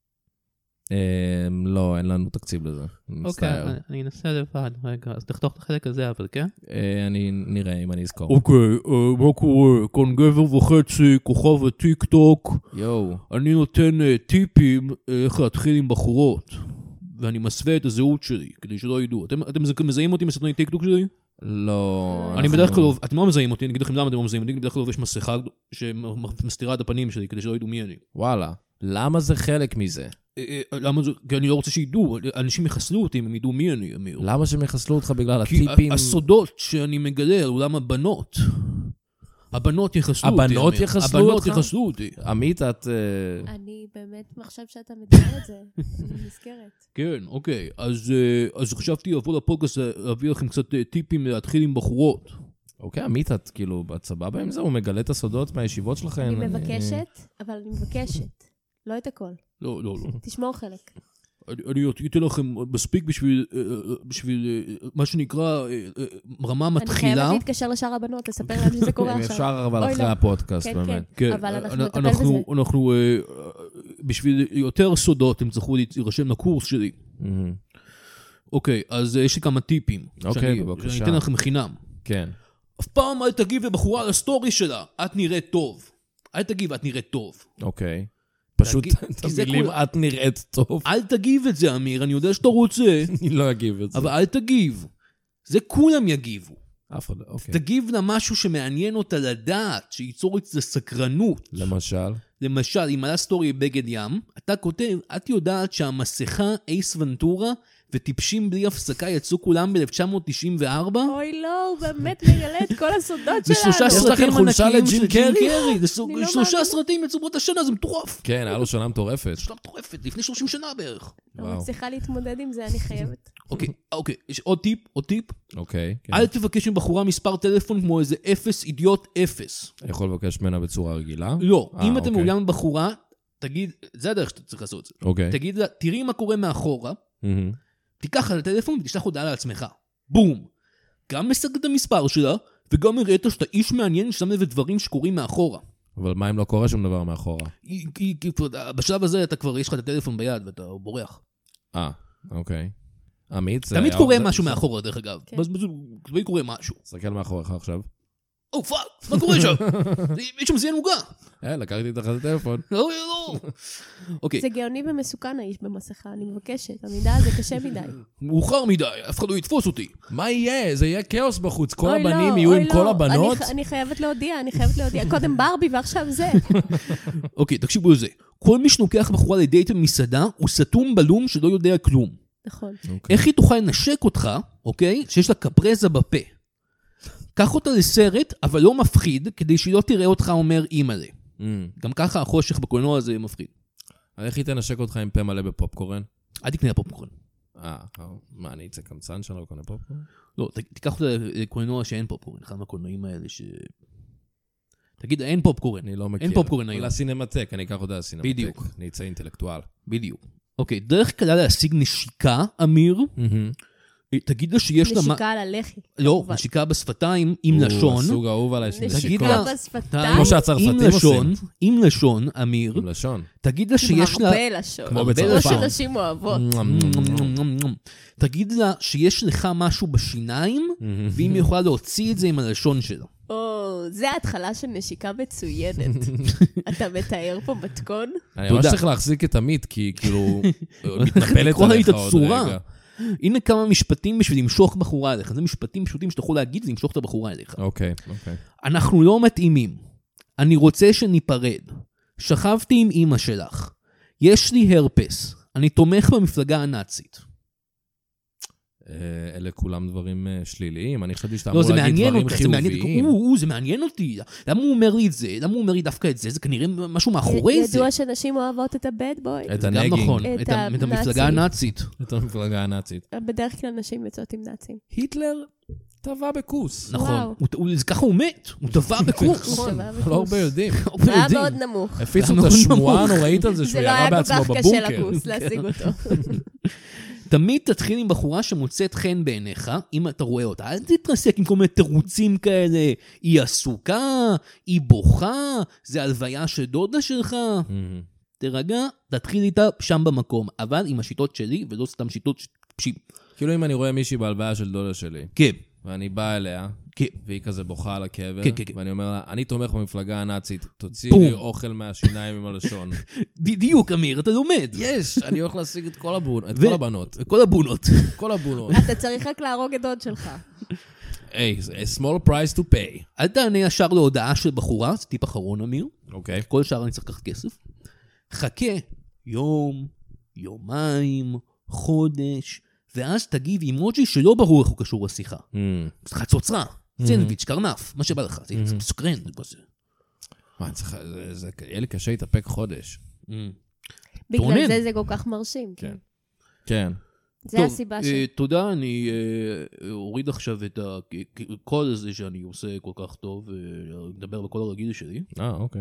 לא, אין לנו תקציב לזה. אוקיי, אני אנסה לבד. רגע, אז תחתוך את החלק הזה, אבל כן? אני נראה אם אני אזכור. אוקיי, מה קורה? כאן גבר וחצי, כוכב הטיק טוק. יואו. אני נותן טיפים איך להתחיל עם בחורות. ואני מסווה את הזהות שלי, כדי שלא ידעו. אתם מזהים אותי מסרטוני טיק טוק שלי? לא. אני בדרך כלל, אתם לא מזהים אותי, אני אגיד לכם למה אתם לא מזהים אותי, אני בדרך כלל לובש מסכה שמסתירה את הפנים שלי, כדי שלא ידעו מי אני. וואלה. למה זה חלק מזה? למה זה? כי אני לא רוצה שידעו, אנשים יחסלו אותי אם הם ידעו מי אני, אמיר. למה שהם יחסלו אותך בגלל הטיפים? כי הסודות שאני מגלה על עולם הבנות. הבנות יחסלו אותי. הבנות יחסלו אותך? הבנות יחסלו אותי. עמית, את... אני באמת חושב שאתה מתאר את זה. אני נזכרת. כן, אוקיי. אז חשבתי לבוא לפודקאסט להביא לכם קצת טיפים להתחיל עם בחורות. אוקיי, עמית, את כאילו, את סבבה עם זה? הוא מגלה את הסודות מהישיבות שלכם? אני מבקשת, אבל אני מבקשת. לא את הכל. לא. תשמור חלק. אני אתן לכם מספיק בשביל מה שנקרא רמה מתחילה. אני חייבת להתקשר לשאר הבנות, תספר להם שזה קורה עכשיו. אפשר אבל אחרי הפודקאסט, באמת. כן, אבל אנחנו נטפל בזה. אנחנו, בשביל יותר סודות, הם צריכו להירשם לקורס שלי. אוקיי, אז יש לי כמה טיפים. אוקיי, בבקשה. שאני אתן לכם חינם. כן. אף פעם אל תגיב לבחורה על הסטורי שלה, את נראית טוב. אל תגיב, את נראית טוב. אוקיי. פשוט את המילים, את נראית טוב. אל תגיב את זה, אמיר, אני יודע שאתה רוצה. אני לא אגיב את זה. אבל אל תגיב. זה כולם יגיבו. אף אחד, אוקיי. תגיב למשהו שמעניין אותה לדעת, שייצור את זה סקרנות. למשל, אם עלה סטורי בגד ים, אתה כותב, את יודעת שהמסכה אייס ונטורה וטיפשים בלי הפסקה יצאו כולם ב-1994? אוי לא, הוא באמת מגלה את כל הסודות שלנו. ושלושה סרטים ענקיים של ג'ים קרי. לא שלושה סרטים יצאו באותה שנה, זה מטורף. כן, היה לו שנה מטורפת. שנה מטורפת, לפני 30 שנה בערך. אני מצליחה להתמודד עם זה, אני חייבת. אוקיי, יש עוד טיפ. אוקיי. אל תבקש מבחורה מספר טלפון כמו איזה אפס, אידיוט אפס. אני יכול לבקש ממנה בצורה רגילה? לא, אם אתה מעוניין בבחורה, תגיד, זה הדרך שאתה צריך לעשות את זה. אוקיי. תגיד לה, תראי מה קורה מאחורה, תיקח על הטלפון ותשלח הודעה לעצמך. בום. גם מסגת את המספר שלה, וגם הראית שאתה איש מעניין ששם לב דברים שקורים מאחורה. אבל מה אם לא קורה שום דבר מאחורה? בשלב הזה אתה כבר, יש לך את הטלפון ביד ואתה בורח. אוקיי. עמית, תמיד קורה משהו מאחורה, דרך אגב. תמיד קורה משהו. תסתכל מאחוריך עכשיו. או פאק, מה קורה שם? יש שם זיין מוגה. לקחתי איתך את הטלפון. לא. אוקיי. זה גאוני ומסוכן האיש במסכה, אני מבקשת. המידע הזה קשה מדי. מאוחר מדי, אף אחד לא יתפוס אותי. מה יהיה? זה יהיה כאוס בחוץ. כל אוי, הבנים לא, יהיו אוי, עם לא. כל הבנות. אני חייבת להודיע. קודם ברבי ועכשיו זה. אוקיי, תקשיבו לזה. כל מי שנוקח בחורה לדייט במסעדה, הוא סתום בלום שלא יודע כלום. נכון. איך היא תוכל לנשק אותך, אוקיי? שיש לה קפרזה בפה. קח אותה לסרט, אבל לא מפחיד, כדי שהיא לא תראה אותך אומר אימא'לה. גם ככה החושך בקולנוע הזה מפחיד. איך היא תנשק אותך עם פה מלא בפופקורן? אל תקנה פופקורן. מה, אני אצא קמצן שלא קונה פופקורן? לא, תיקח אותה לקולנוע שאין פופקורן. אחד מהקולנועים האלה ש... תגיד, אין פופקורן. אני לא מכיר. אין פופקורן היום. לסינמטק, אני אקח אותה לסינמטק. בדיוק. אני אצא אינטלקטואל. בדיוק. אוקיי, דרך קלה להשיג נשיקה, אמיר. תגיד לה שיש לה... נשיקה על הלחי. לא, נשיקה בשפתיים עם לשון. הסוג האהוב עליי של תגיד נשיקות. לה... נשיקה בשפתיים. כמו שהצרפתים עושים. עם לשון, אמיר. עם לשון. תגיד לה שיש לה... הרבה לשון. כמו הרבה בצרפת. כמו שנשים אוהבות. תגיד לה שיש לך משהו בשיניים, ואם היא יכולה להוציא את זה עם הלשון שלה. או, זה ההתחלה של נשיקה מצוינת. אתה מתאר פה מתכון? אני ממש צריך להחזיק את עמית, כי כאילו, מתנפלת לקרוא עליך את עוד הצורה. רגע. הנה כמה משפטים בשביל למשוך בחורה אליך. זה משפטים פשוטים שאתה יכול להגיד ולמשוך את הבחורה אליך. אוקיי. אנחנו לא מתאימים. אני רוצה שניפרד. שכבתי עם אמא שלך. יש לי הרפס. אני תומך במפלגה הנאצית. אלה כולם דברים שליליים. אני חשבתי שאתה לא, אמור זה להגיד מעניין דברים אותי. זה מעניין חיוביים. אותי. זה מעניין אותי. למה הוא אומר לי את זה? למה הוא אומר לי דווקא את זה? זה כנראה משהו מאחורי זה. ידוע שנשים אוהבות את הבד בוי. את גם הנגינג. נכון. את את הנאצי. המפלגה הנאצית. את המפלגה הנאצית. בדרך כלל נשים יוצאות עם נאצים. היטלר טבע בכוס. נכון. ככה הוא מת. הוא טבע בקורס. נכון. לא הרבה יודעים. זה היה מאוד נמוך. הפיצו את השמועה הנוראית על זה שהוא זה לא ירה היה כל בעצמו כך קשה בבונקר. לקוס, להשיג אותו. תמיד תתחיל עם בחורה שמוצאת חן בעיניך, אם אתה רואה אותה. אל תתרסק עם כל מיני תירוצים כאלה. היא עסוקה, היא בוכה, זה הלוויה של דודה שלך. תרגע, תתחיל איתה שם במקום. אבל עם השיטות שלי, ולא סתם שיטות כאילו אם אני רואה מישהי בהלוויה של דודה שלי, כן. ואני בא אליה, כן. והיא כזה בוכה על הקבר, כן, כן, כן. ואני אומר לה, אני תומך במפלגה הנאצית, תוציא לי אוכל מהשיניים עם הלשון. בדיוק, אמיר, אתה לומד. יש, אני הולך להשיג את כל הבנות. כל הבונות. כל הבונות. אתה צריך רק להרוג את דוד שלך. היי, a small price to pay. אל תענה ישר להודעה של בחורה, זה טיפ אחרון, אמיר. אוקיי. כל שאר אני צריך לקחת כסף. חכה יום, יומיים, חודש, ואז תגיב אימוג'י שלא ברור איך הוא קשור לשיחה. חצוצרה, סנדוויץ', קרנף, מה שבא לך, זה מסקרן. מה, זה יהיה לי קשה להתאפק חודש. בגלל זה כל כך מרשים. כן. זה הסיבה ש... תודה, אני אוריד עכשיו את הקול הזה שאני עושה כל כך טוב, ונדבר בקול הרגיל שלי. אוקיי.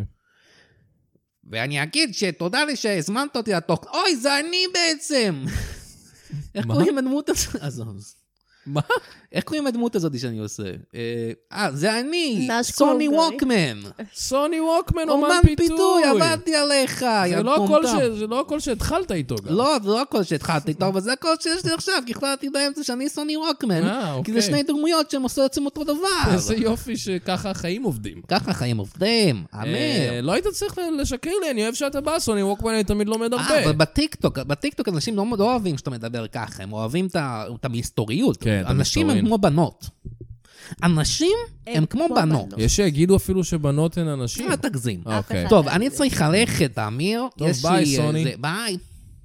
ואני אגיד שתודה לי שהזמנת אותי לתוכנית. אוי, זה אני בעצם! איך קוראים הדמות הזאת? מה? איך קוראים הדמות הזאת שאני עושה? זה אני, נשקו סוני גרי. ווקמן. סוני ווקמן, אומן פיתוי, עבדתי עליך. זה לא הכל שהתחלת איתו גם. לא, זה לא הכל שהתחלתי איתו, אבל זה הכל שיש לי עכשיו, כי החלטתי באמצע שאני סוני ווקמן. כי זה שני דמויות שהם עושים בעצם אותו דבר. איזה יופי שככה החיים עובדים. ככה החיים עובדים, אמיר. לא היית צריך לשקר לי, אני אוהב שאתה בא, סוני ווקמן, אני תמיד לומד הרבה. אבל בטיקטוק אנשים לא אוהבים שאתה מדבר ככה, הם אוהבים את המסתוריות. כן, אנשים הם כמו בנות. אנשים הם כמו בנות. יש שיגידו אפילו שבנות הן אנשים. מה תגזים? אוקיי. טוב, אני צריך ללכת, אמיר. טוב, ביי, סוני. ביי.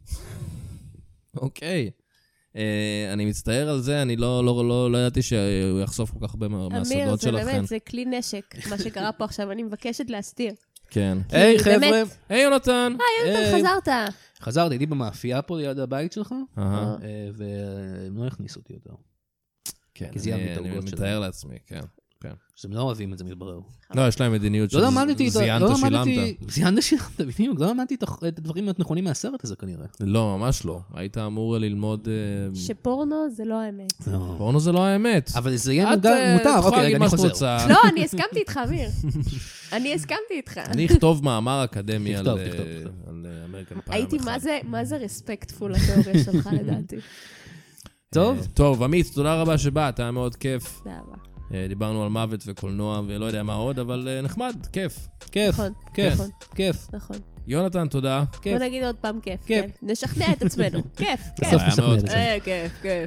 אוקיי. אני מצטער על זה, אני לא ידעתי שהוא יחשוף כל כך הרבה אמיר, מהסודות זה שלכם. באמת, זה כלי נשק, מה שקרה פה עכשיו, אני מבקשת להסתיר. כן. היי חבר'ה. היי יונתן. יונתן, חזרת. חזרתי, הייתי במאפייה פה ליד הבית שלך, אהה. והם לא הכניסו אותי יותר. כן, כי זיינתי את אני העוגות שלהם. מתאר לעצמי, כן. שהם לא אוהבים את זה, מתברר. לא, יש להם מדיניות של לא למדתי, זיינת שילמת. זיינת שילמת, בדיוק. לא למדתי את הדברים הנכונים מהסרט הזה כנראה. לא, ממש לא. היית אמור ללמוד... שפורנו זה לא האמת. פורנו זה לא האמת. אבל זה יהיה את מותר. תוכל אוקיי, להגיד רגע, מה אני שאת חוזר. רוצה. לא, אני הסכמתי איתך, אמיר. אני הסכמתי איתך. אני אכתוב מאמר אקדמי על תכתוב. אמריקן פיים. הייתי מה זה רספקטפול לתיאוריה שלך, לדעתי. טוב. טוב, עמית, תודה רבה שבאת, היה מאוד כיף. תודה רבה. דיברנו על מוות וקולנוע ולא יודע מה עוד, אבל נחמד, כיף. כיף, נכון, כיף, נכון. כיף. נכון. יונתן, תודה. כיף. בוא נגיד עוד פעם כיף. כיף. כן. נשכנע את עצמנו. כיף, כיף. בסוף היה נשכנע מאוד. את זה. כיף, כיף.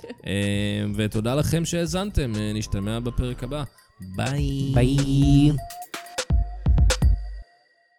ותודה לכם שהאזנתם, נשתמע בפרק הבא. ביי. ביי.